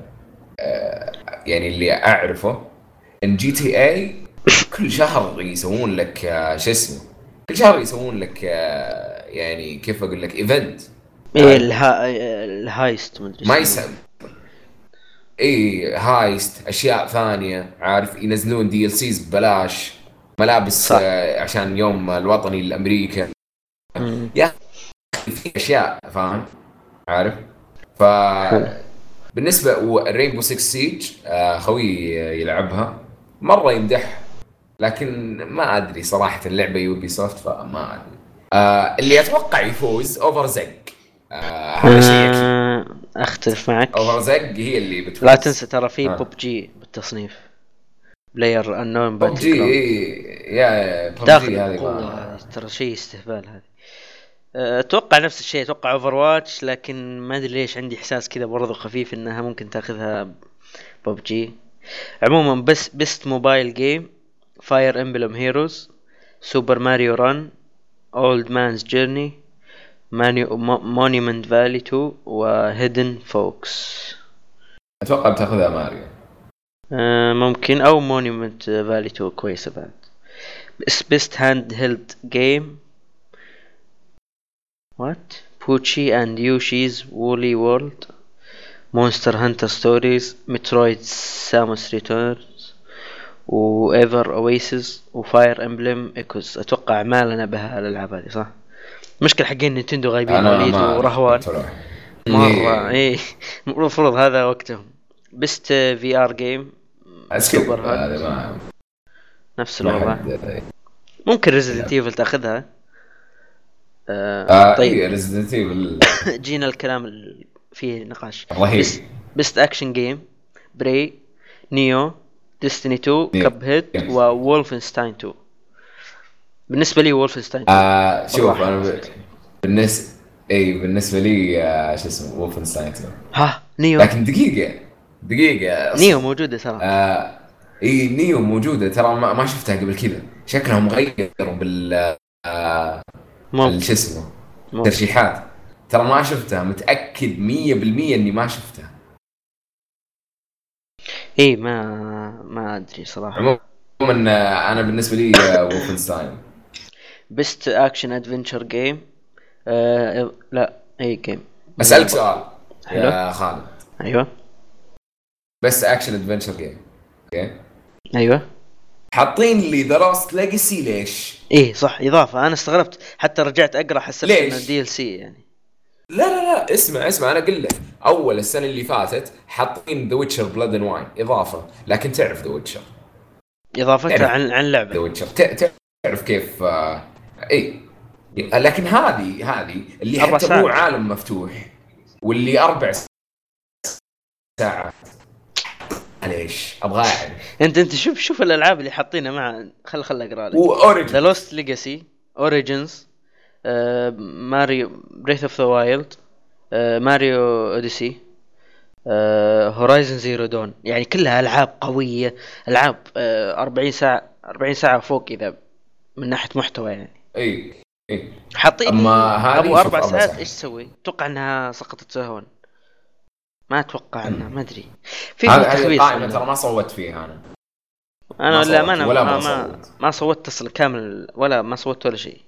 يعني اللي أعرفه إن جي تي اي كل شهر يسوون لك شو اسمه، كل شهر يسوون لك يعني كيف أقول لك إيفنت، ايه عارف، الهايست، ما ادري ما يسمونه. يسمى اي هايست اشياء ثانيه، عارف، ينزلون دي ال سيز ببلاش، ملابس صح. عشان يوم الوطني لامريكا. مم. يا اخي في اشياء، فاهم، عارف. ف حلو. بالنسبه رينبو 6 سيج، خوي يلعبها مره يمدح، لكن ما ادري صراحه اللعبه يوبي سوفت، فما ادري. اللي اتوقع يفوز اوفر زق، هذا شيء اكيد. اختلف معك. اوفر زق هي اللي لا بتفوز. تنسى ترى في بوب جي بالتصنيف، بلاير انون بب باتل جي، جراوند، يا بب تاخذ جي هذه القوة هذه، ما ترى شيء استهبال هذه. اتوقع نفس الشيء، اتوقع اوفر واتش، لكن ما ادري ليش عندي احساس كذا برضو خفيف انها ممكن تاخذها بوب جي. عموما بس بيست موبايل جيم: فاير امبلم هيروز، سوبر ماريو ران، اولد مانز جيرني، مونيمنت فالي 2، وهيدن فوكس. اتوقع بتاخذها ماريو. ممكن، او مونيمنت فالي 2 كويسه بعد. بيست هاند هيلد جيم: وات بوتشي اند يوشيز وولي وورلد، مونستر هانتر ستوريز، مترويد ساموس ريتيرنز، وايفر اويسز، وفاير امبلم ايكوز. اتوقع ما لنا بها الالعاب هذه، صح؟ مشكلة حقين نينتندو غايبين، انا وليد ما اعرف ورهوان صراحه. مرة. ايه المفروض هذا وقتهم. بست في ار جيم: اسكب سوبر هات، هذا ما نفس ما الوضع. حد ممكن ريزيدنت يلعب. ايفل تاخذها. طيب اي ريزدنت ايفل جينا الكلام اللي فيه نقاش. رهيب. بست اكشن جيم: بري، نيو، ديستني 2، كاب هيد، نعم. وولفنستاين 2. بالنسبة لي وولفنستاين 2 شوف بالراحة. انا بالنسبه بالنسبه لي شو اسمه وولفنستاين 2. ها نيو. لكن دقيقه نيو اصبر. موجودة ترى. اي نيو موجوده ترى، ما شفتها قبل كذا، شكلهم غيروا بال ممكن. شو اسمه ممكن. ترشيحات. ترى ما شفتها، متاكد 100% اني ما شفتها. ايه ما ادري صراحة. عموما انا بالنسبه لي وولفنستاين. بست اكشن ادفنتشر جيم: لا اي جيم. اسالك سؤال حلو. يا خالد، ايوه. بس اكشن ادفنتشر جيم، اوكي، ايوه. حاطين لي ذا لاست ليجاسي ليش؟ ايه صح، اضافة. انا استغربت حتى رجعت اقرا، حسبت انه ليش؟ دي ال سي يعني. لا اسمع انا اقول لك، اول السنه اللي فاتت حاطين ذا ويتشر بلاد اند واين اضافه، لكن تعرف ذا ويتشر، اضافتها تعرف عن ذا لعبة. ويتشر، تعرف كيف اي. لكن هذه اللي 4 حتى مو ساعات. عالم مفتوح، واللي 4 ساعات. ليش ابغى اعرف؟ انت شوف الالعاب اللي حاطينها مع خل اقرا لك: ذا واوريجن، لوست ليجاسي، اوريجينز، ماريو بريث اوف ذا وايلد، ماريو اوديسي، هورايزن زيرو دون. يعني كلها العاب قويه، العاب 40 ساعه، 40 ساعه فوق اذا من ناحيه محتوى يعني. اي حاطين لي اما هذه ابو شوف 4 4 ساعات، ساعات. ايش تسوي؟ اتوقع انها سقطت سهوا، ما اتوقع انها، ما ادري. في هذه تخبيص في القائمه ترى اللعبة. ما صوت فيها انا، ما انا لا، ما صوت انا ولا ما ابغى ما, اصوت. ما صوتت اصلا كامل، ولا ما صوتت ولا شيء.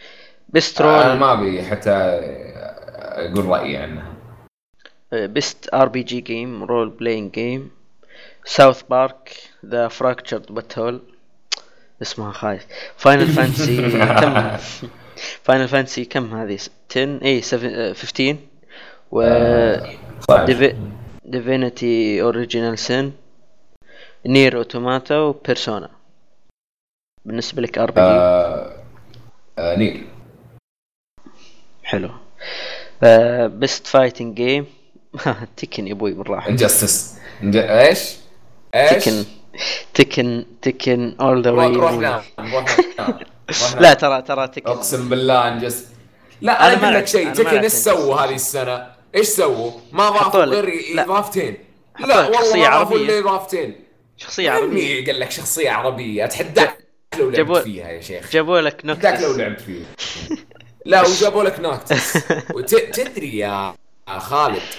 انا بسترول. ما ابي حتى اقول رايي عنها. بيست ار بي جي جيم: رول بلاينج جيم، ساوث بارك ذا فراكتشرد بات هول. اسمها خايس. فاينل فانتسي كم؟ فاينل فانتسي كم هذه؟ 10 اي 15. و صحيح. ديفينيتي اوريجينال سين، نير اوتوماتا، وبيرسونا. بالنسبه لك ار بي جي؟ نيل. حلو. بيست فايتنج جيم: تكن يا ابوي بالراحه. انجستس. ايش؟ تكن تكن all the way روح movie. نام، روح لا نام. ترى تكن. اقسم بالله انجست. لا انا انا ما اقول لك لعبت شيء، انا ما تكن ايش لعبت سووا هذه انجستس. السنه؟ ايش سووا؟ ما حطوا ضافوا لك، غير لا اضافتين. حطوا لا لك والله شخصيه ما ضافوا الا عربيه. اضافتين. شخصيه عربيه. عمي قال لك شخصيه عربيه، اتحداك لو لعبت جابوا فيها يا شيخ، جابوا لك اتحداك لو نوكتس. لعبت فيها. لا وجابوا لك ناكتس. وتدري يا خالد،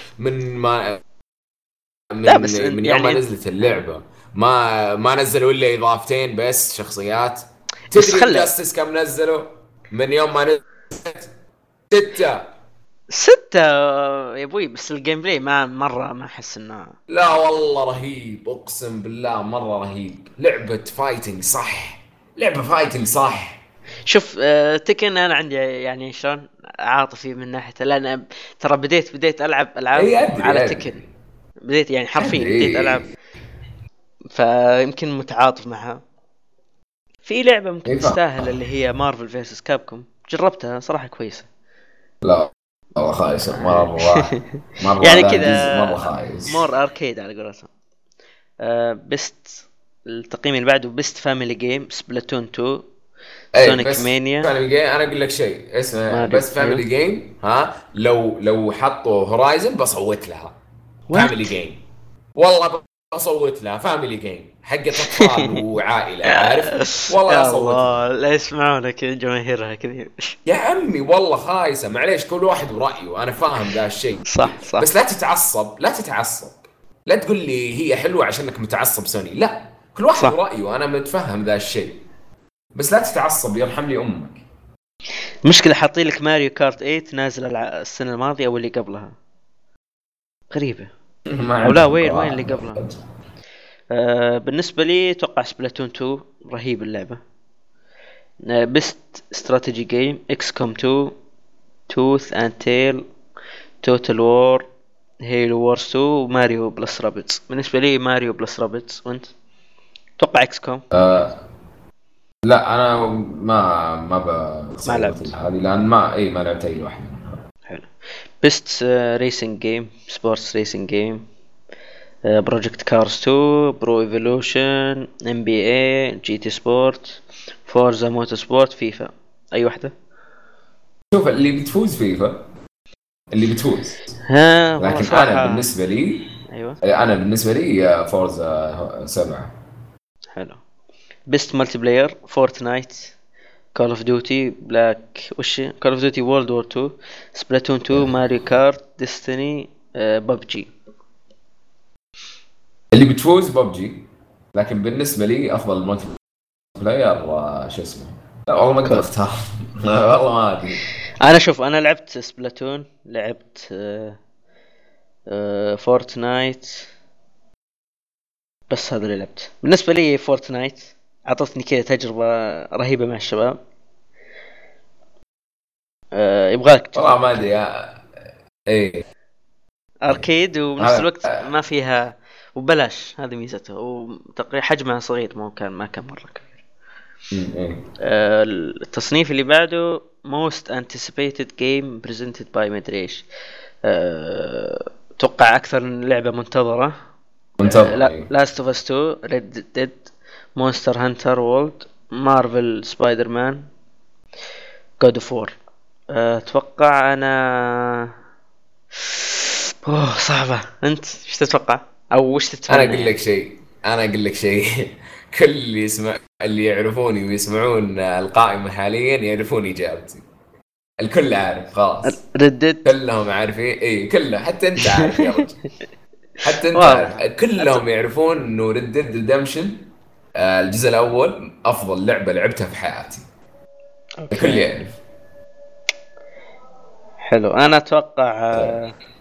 لا بس من يوم ما يعني نزلت اللعبه ما نزلوا الا اضافتين بس شخصيات. بس تدري انجاستس كم نزلوا من يوم ما نزلت؟ 6. ستة يا ابوي، بس الجيم بلاي ما مرة ما احس انه. لا والله رهيب، اقسم بالله مره رهيب. لعبه فايتنج صح، لعبه فايتنج صح. شوف تكن انا عندي يعني شلون عاطفي من ناحية، لان ترى بديت العب العاب اي ادري على تكن. ادري بديت يعني حرفيا بديت ادري. العب، فيمكن متعاطف معها. في لعبة ممكن اي فاهم. تستاهل اللي هي مارفل فيرسس كابكوم، جربتها صراحة كويسة. لا والله خايسه مره، مره يعني ذا الجزء مره كذا خايس. مور اركيد على قولتهم. بيست التقييم اللي بعده بيست فاميلي جيم سبلاتون 2، اي سونيك بس مانيا، فاميلي جيم، انا اقول لك شيء اسمه ماريو. بس ايوه فاميلي جيم. ها لو حطوا هورايزن بصوت لها. فاميلي وات. جيم، والله بصوت لها. فاميلي جيم حقت اطفال وعائله، عارف؟ والله يا اصوت لها. الله لا يسمعونك كذا جماهيرها كثير. يا عمي والله خايسه، معليش كل واحد ورأيه، انا فاهم ذا الشيء. صح صح بس لا تتعصب، لا تتعصب. لا تقول لي هي حلوه عشانك متعصب سوني، لا، كل واحد صح. ورأيه، انا متفهم ذا الشيء. بس لا تتعصب يرحم لي امك. مشكلة حاطين لك ماريو كارت 8 نازل السنة الماضية او اللي قبلها، غريبة. ما او لا، عندهم وين اللي قواعد. قبلها. بالنسبة لي اتوقع سبلاتون 2 رهيب اللعبة. بيست استراتيجي جيم اكس كوم 2، توث اند تيل، توتال وور، هيلو وورز 2، وماريو بلس رابتس. بالنسبة لي ماريو بلس رابتس. وانت؟ اتوقع اكس كوم. لا انا ما ما بصوت لعبت. هذه، لان ما لعبت اي واحده. حلو. بيست ريسنج جيم سبورتس ريسنج جيم، بروجكت كارز 2، برو ايفولوشن، ام بي اي، جي تي سبورت، فورزا موتور سبورت، فيفا. اي واحدة؟ شوف اللي بتفوز فيفا، اللي بتفوز. ها والله لكن انا صراحة. بالنسبه لي، ايوه فورزا 7. حلو. بيست مالتي بلاير فورتنايت، كول اوف ديوتي بلاك، وش كول اوف ديوتي وورلد وور 2، سبلاتون 2، ماريو كارت، ديستني، ببجي. اللي بتفوز ببجي. لكن بالنسبه لي افضل مالتي بلاير شو اسمه، لا والله ما اقدر كول. اختار. والله ما ادري. انا شوف، انا لعبت سبلاتون، لعبت فورتنايت، بس هذا اللي لعبت. بالنسبة لي فورتنايت عطتني كذا تجربة رهيبة مع الشباب. يبغالك والله تجربها ما كذا. ادري ايه. اركيد وبنفس هذا الوقت ما فيها، وبلاش، هذه ميزتها، وتقريبا حجمها صغير، ما كان مرة كبير. ايه. التصنيف اللي بعده most anticipated game presented by مدري ايش. اتوقع اكثر لعبة منتظرة. منتظر لا، ايه. لاست اوف اس 2، ريد ديد، مونستر هانتر وولد، مارفل سبايدر مان، جود اوف وور. اتوقع انا. صعبة. انت ايش تتوقع او وش انا تتمنى اقول لك يعني؟ شيء، كل اللي يعرفوني ويسمعون القائمة حاليا يعرفون اجابتي. الكل عارف خلاص. ردد. كلهم عارفين، اي كله، حتى انت عارف يا رجل. حتى انت عارف، واضح. كلهم يعرفون انه ريد ديد ريدمشن الجزء الاول افضل لعبة لعبتها في حياتي. الكل اوكي يعرف. حلو. انا اتوقع طيب.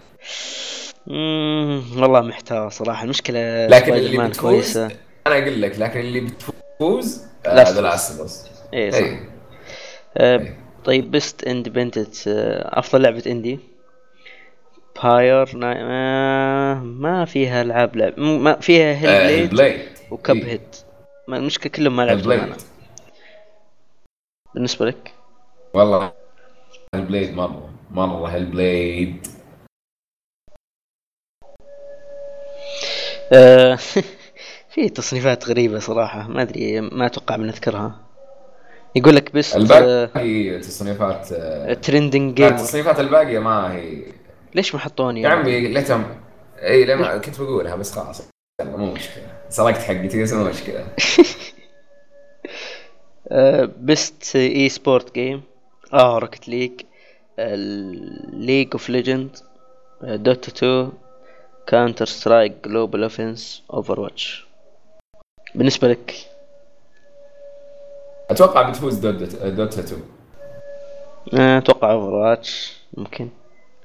والله محتار صراحة. المشكلة لكن سبايدر اللي مان بتفوز، كويسة. انا اقول لك، لكن اللي بتفوز لاست ذا اوف اس. لاست اوف اس. ايه صح. اي. أه اي. طيب بيست اندبندنت، افضل لعبة اندي، باير ما فيها العاب لعب، ما فيها هيل هيل بليد بليد. وكب اي. هيد. ما المشكلة كلهم ما هيل لعبتهم انا. بليد. بالنسبة لك؟ والله هيل بليد مره هيل بليد. أه في تصنيفات غريبة صراحة، ما ادري، ما اتوقع بنذكرها. يقول لك بيست الباقي تصنيفات ترندنج لا، جيمر. التصنيفات الباقيه ما هي. ليش ما حطوني يا يا ولدي؟ عمي ليتهم. اي ليش؟ لما كنت بقولها بس خلاص، يلا مو مشكله، سرقت حقتي بس مو مشكله. بيست اي سبورت جيم، روكت ليج، ليج اوف ليجند، دوتا 2، كاونتر سترايك جلوبال اوفنس، اوفر واتش. بالنسبة لك؟ اتوقع بتفوز دوتا 2. اتوقع اوفر واتش ممكن.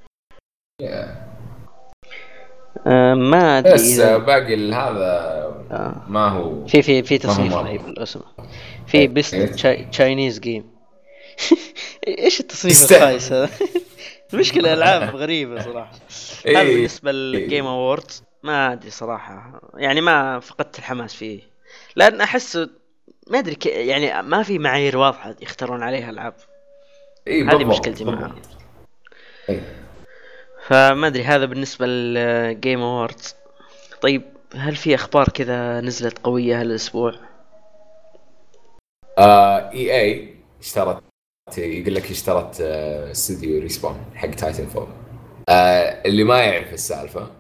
ما ادري بس اذا باقي هذا ما هو في ما هو تصنيف مرة. رهيب الاسم، في بيست تشاينيز جيم. ايش التصنيف است الخايس هذا؟ المشكلة العاب غريبة صراحة. هذا اي بالنسبة للجيم اووردز، ما ادري صراحة، يعني ما فقدت الحماس فيه، لان احس ما ادري يعني ما في معايير واضحة يختارون عليها العاب. اي هذه بالضبط مشكلتي معها. بالضبط. اي فما ادري، هذا بالنسبة للجيم اووردز. طيب، هل في اخبار كذا نزلت قوية هالاسبوع؟ اي اي اشترت، يقول لك اشترت استوديو ريسبون حق تايتن فول. اللي ما يعرف السالفه،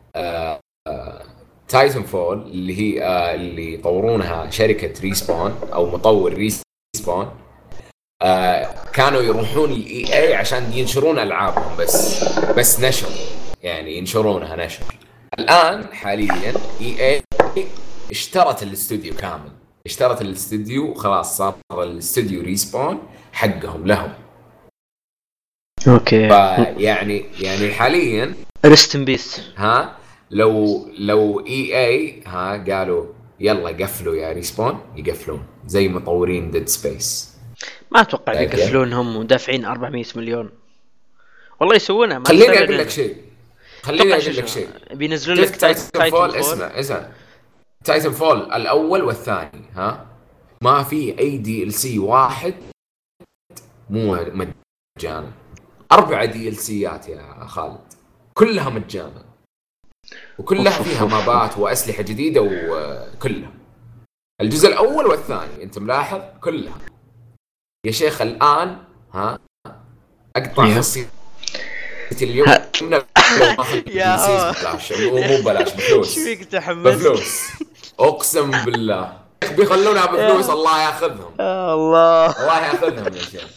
تايتن فول اللي هي اللي يطورونها شركه ريسبون او مطور ريسبون. كانوا يروحون الاي اي عشان ينشرون العابهم، بس نشر، يعني ينشرونها نشر. الان حاليا اي اي اشترت الاستوديو كامل، اشترت الاستوديو خلاص، صار الاستوديو ريسبون حقهم لهم. اوكي. يعني حاليا ريست ان بيس. ها، لو اي اي قالوا يلا قفلوا يا ريسبون، يقفلون زي مطورين ديد سبيس. ما اتوقع بيقفلونهم ودافعين 400 مليون. والله يسوونها، ما خليني تستبعد اقول لك انه. شيء، اتوقع خليني اقول شو لك شيء. بينزلوا لك شفت تايتن تايتن فول؟ فول. اسمع تايتن فول الاول والثاني ما في اي دي ال سي واحد مو مجانا. 4 دي ال سيات يا خالد، كلها مجانا، وكلها فيها مابات واسلحه جديده، وكلها الجزء الاول والثاني انت ملاحظ كلها يا شيخ. الان اقطع خصيتي اليوم لو اخذ يا دي سيز ببلاش، مو ببلاش، بفلوس. ايش فيك تحمست؟ بفلوس اقسم بالله بيخلونها بفلوس. الله ياخذهم، الله. الله ياخذهم يا شيخ.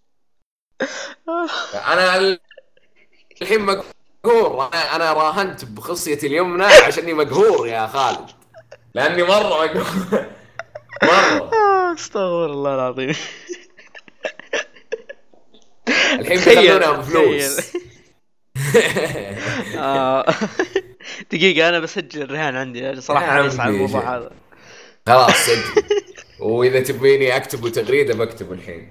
انا الحين مقهور، انا راهنت بخصيتي اليمنى عشاني مقهور يا خالد، لاني مره مقهور مره. استغفر الله العظيم. الحين بيخلونها تخيل تخيل. بفلوس. دقيقة، أنا بسجل الرهان عندي صراحة، حريص على الموضوع هذا. خلاص سجل، واذا تبيني اكتب تغريده بكتب الحين.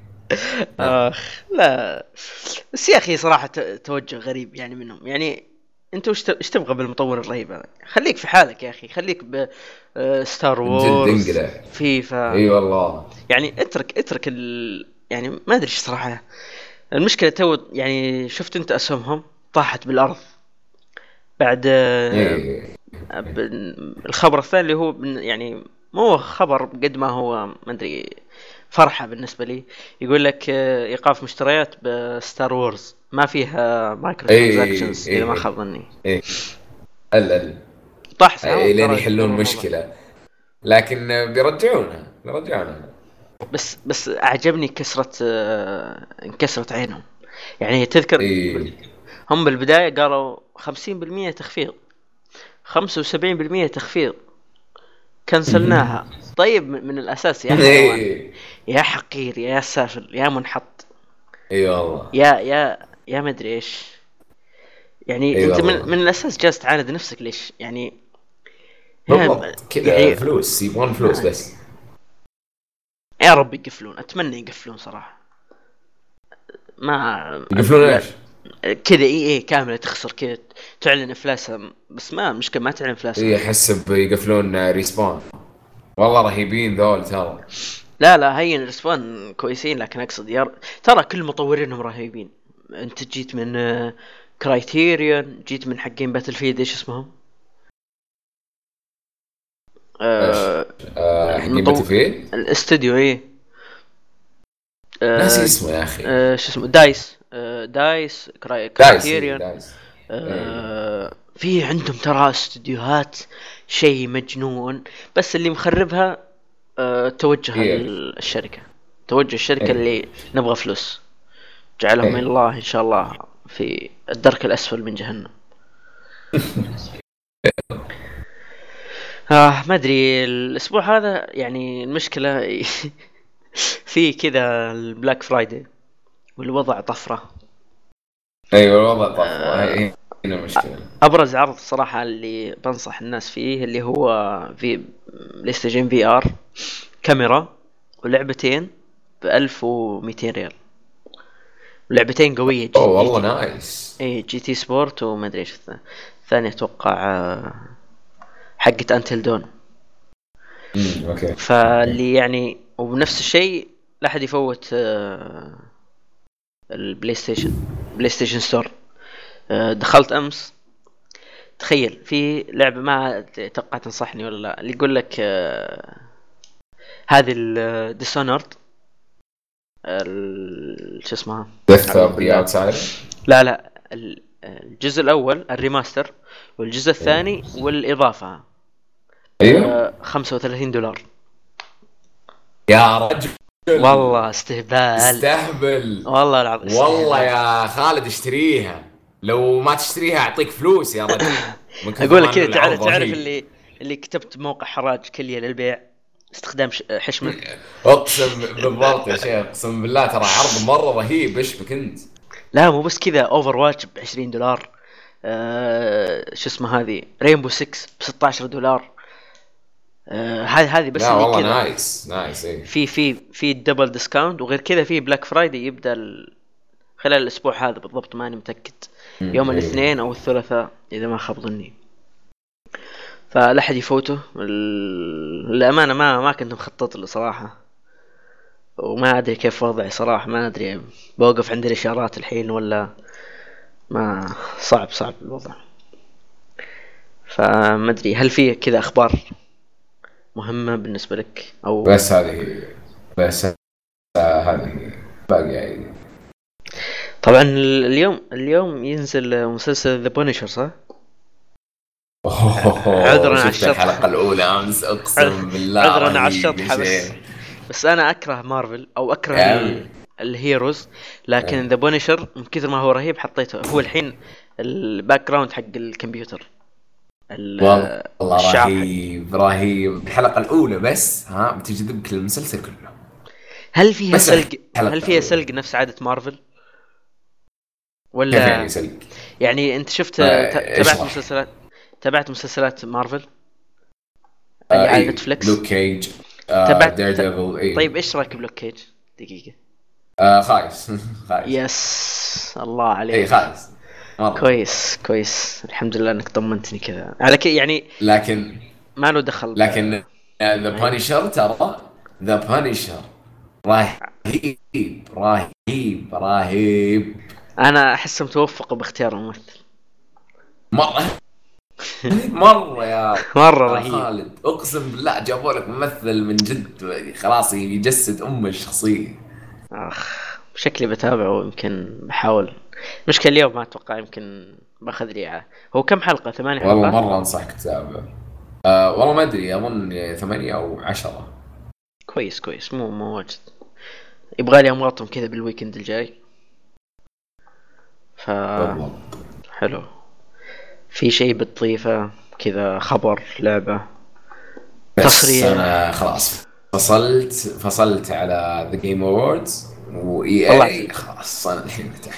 لا بس يا أخي صراحة توجه غريب يعني منهم. يعني أنت وش تبغى بالمطور الرهيب هذا؟ خليك في حالك يا أخي، خليك بستار من جد وورز، انقلع. فيفا. اي والله. يعني اترك يعني ما أدري صراحة. المشكلة يعني شفت أنت أسهمهم طاحت بالأرض بعد إيه. الخبر الثاني اللي هو يعني مو خبر قد ما هو ما ادري، فرحة بالنسبة لي. يقول لك ايقاف مشتريات بستار وورز، ما فيها مايكرو ترانزاكشنز اذا ما خاب ظني. ايه ال طاح سهم لين ترى يحلون قبل الموضوع. مشكله، لكن بيرجعونها. بس اعجبني انكسرت عينهم. يعني تذكر ايه هم بالبداية قالوا 50% تخفيض، 75% تخفيض، كنسلناها. طيب من الأساس يا حيوان، يا حقير، يا سافل، يا منحط، اي والله. يا مدري ايش. يعني انت من الأساس جالس تعاند نفسك ليش يعني؟ بالضبط كذا، يعني فلوس يبغون فلوس بس. يا رب يقفلون، اتمنى يقفلون صراحة. ما يقفلون ايش؟ كذا اي كاملة تخسر كذا، تعلن افلاسها، بس ما مشكلة ما تعلن افلاسها. اي احسب يقفلون ريسبون، والله رهيبين ذول ترى. لا هين ريسبون كويسين، لكن اقصد ترى كل مطورينهم رهيبين. انت جيت من كرايتيريون، جيت من حقين باتل فيلد، ايش اسمهم؟ حقين باتل فيلد الاستوديو ايه. ناسي اسمه يا اخي. شو اسمه؟ دايس كرايتيريون. دايس. في عندهم ترى استوديوهات شيء مجنون، بس اللي مخربها توجه الشركة. توجه الشركة اللي نبغى فلوس، جعلهم الله إن شاء الله في الدرك الأسفل من جهنم. ما أدري الأسبوع هذا يعني المشكلة في كذا البلاك فرايدي والوضع طفرة. ايوه الوضع طفره. مشكلة. ابرز عرض صراحة اللي بنصح الناس فيه اللي هو في بلاي ستيشن في ار، كاميرا ولعبتين ب1200 ريال، لعبتين قوية اوه جي والله تي. نايس. اي جي تي سبورت وما ادري ايش الثانية اتوقع حقت انتل دون. اوكي اوكي. فاللي يعني وبنفس الشيء لا احد يفوت البلاي ستيشن، بلاي ستيشن ستور. دخلت امس، تخيل في لعبة ما اتوقع تنصحني ولا لا، اللي يقول لك هذه الديسونرد، شو اسمها، ديث اعوذ اوف ذا بالله. اوتسايدر. لا الجزء الاول الريماستر، والجزء ايوه الثاني والاضافة ايوه. $35. يا رجل والله استهبال، استهبل. والله العظيم والله استهبال. يا خالد اشتريها، لو ما تشتريها اعطيك فلوس يا رجل، من كثر اقول ما لك انه كذا، تعرف العرض تعرف رهيب. اللي كتبت موقع حراج كلية للبيع، استخدام حشمة. اقسم بالضبط يا شيخ، اقسم بالله ترى عرض مره رهيب. ايش بك انت؟ لا مو بس كذا، اوفر واتش ب$20، شو اسمه هذه رينبو 6 ب$16. هذه بس لا اللي والله كذا. نايس نايس. ايه في الدبل ديسكاونت، وغير كذا في بلاك فرايدي يبدا خلال الاسبوع هذا بالضبط، ماني متاكد، يوم ايه. الاثنين او الثلاثاء اذا ما خاب ظني. فلا احد يفوته. الامانه ما كنت مخطط له صراحه، وما ادري كيف وضعي صراحه، ما ادري بوقف عند الاشارات الحين ولا ما. صعب الوضع. فما ادري هل في كذا اخبار مهمه بالنسبه لك او. بس هذه، بس هذه باقي يعني. طبعا اليوم ينزل مسلسل ذا بونيشر صح؟ اوه عذرا على شفت الشطحه. الحلقة الأولى أمس، أقسم بالله عذرا على رهيب يا الشطحه، شيخ. بس انا اكره مارفل او اكره يا عم الهيروز، لكن ذا بونيشر من كثر ما هو رهيب حطيته هو الحين الباك جراوند حق الكمبيوتر، والله الشعار حق. رهيب رهيب. الحلقة الأولى بس ها بتجذبك للمسلسل كله. هل فيها بس سلق؟ هل الحلقة فيها الأولى. سلق نفس عادة مارفل كيف يعني ولا؟ سلك؟ يعني انت شفت اشرح. تابعت مسلسلات مارفل اللي على اي نتفليكس؟ لوك كيج، تابعت دير ديفل. اي طيب ايش رايك بلوك كيج؟ دقيقة. خايس خايس. يس الله اي عليك. خايس مرة. كويس الحمد لله انك طمنتني كذا على يعني لكن ما له دخل ذا ايوه. بانيشر ترى، ذا بانيشر رهيب رهيب رهيب. انا احس متوفق باختيار الممثل. مرة مرة يا مرة رهيب. خالد، اقسم بالله جابوا لك ممثل من جد خلاص يجسد الشخصية. شكلي بتابعه، يمكن بحاول. مشكلة اليوم ما اتوقع، يمكن باخذ لي هو كم حلقة؟ 8 والله حلقات؟ مرة انصحك تتابع. والله ما ادري، اظن 8 او 10. كويس مو واجد. يبغى لي امغطهم كذا بالويكند الجاي. ف بالضبط. حلو. في شيء بتضيفه كذا، خبر لعبة بس تصريح؟ انا خلاص فصلت على ذا جيم اووردز واي طلعت اي، خلاص انا الحين مرتاح.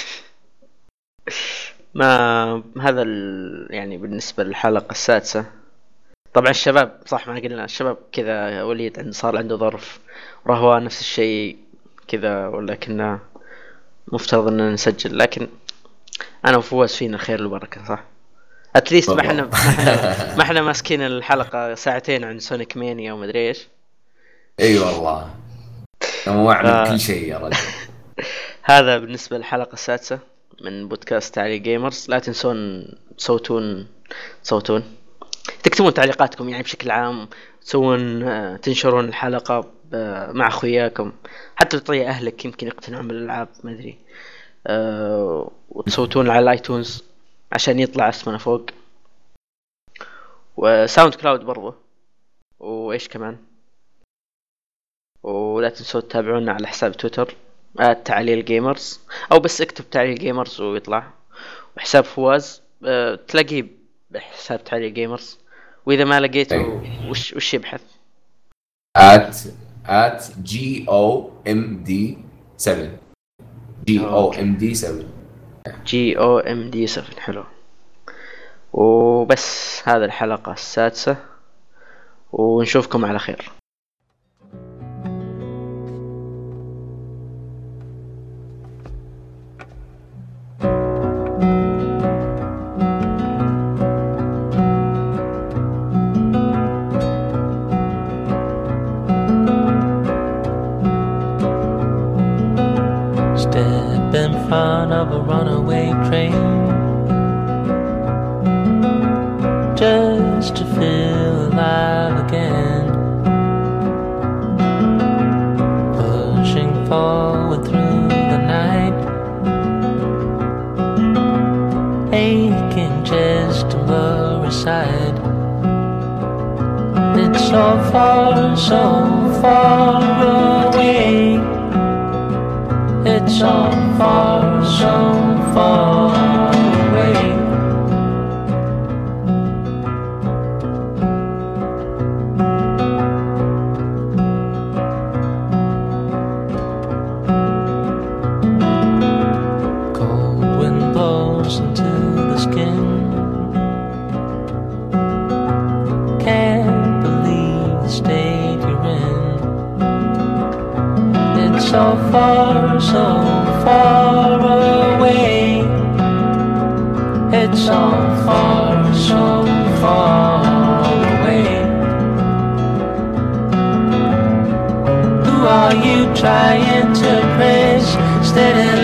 ما هذا يعني بالنسبة للحلقة السادسة. طبعا الشباب صح، ما قلنا الشباب كذا، وليد صار عنده ظرف، رهوان نفس الشيء كذا، ولكن مفترض ان نسجل، لكن انا وفواز فينا الخير والبركة صح. اتليست ما احنا بالضبط. ما احنا ماسكين الحلقة ساعتين عن سونيك مانيا وما ادري ايش. اي والله نوعنا بكل شيء يا رجل. هذا بالنسبة للحلقة السادسة من بودكاست تعالي جيمرز. لا تنسون تصوتون تكتبون تعليقاتكم يعني بشكل عام، تسوون تنشرون الحلقة مع اخوياكم، حتى تعطي اهلك يمكن يقتنعون بالالعاب ما ادري. وتصوتون على الايتونز عشان يطلع اسمنا فوق، وساوند كلاود برضه، وايش كمان. ولا تنسوا تتابعونا على حساب تويتر @تعليل جيمرز، او بس اكتب تعليل جيمرز ويطلع. وحساب فواز تلاقيه بحساب تعليل جيمرز، واذا ما لقيته وش يبحث؟ GOMD 7 GOMD 7. GOMD7 حلو. وبس هذا الحلقة السادسة، ونشوفكم على خير. Step in front of a runaway train, just to feel alive again, pushing forward through the night, aching just to blur aside. It's so far away. It's so far away. Cold wind blows into the skin. Can't believe the state you're in. It's so far away. It's so far away. Who are you trying to impress? Instead of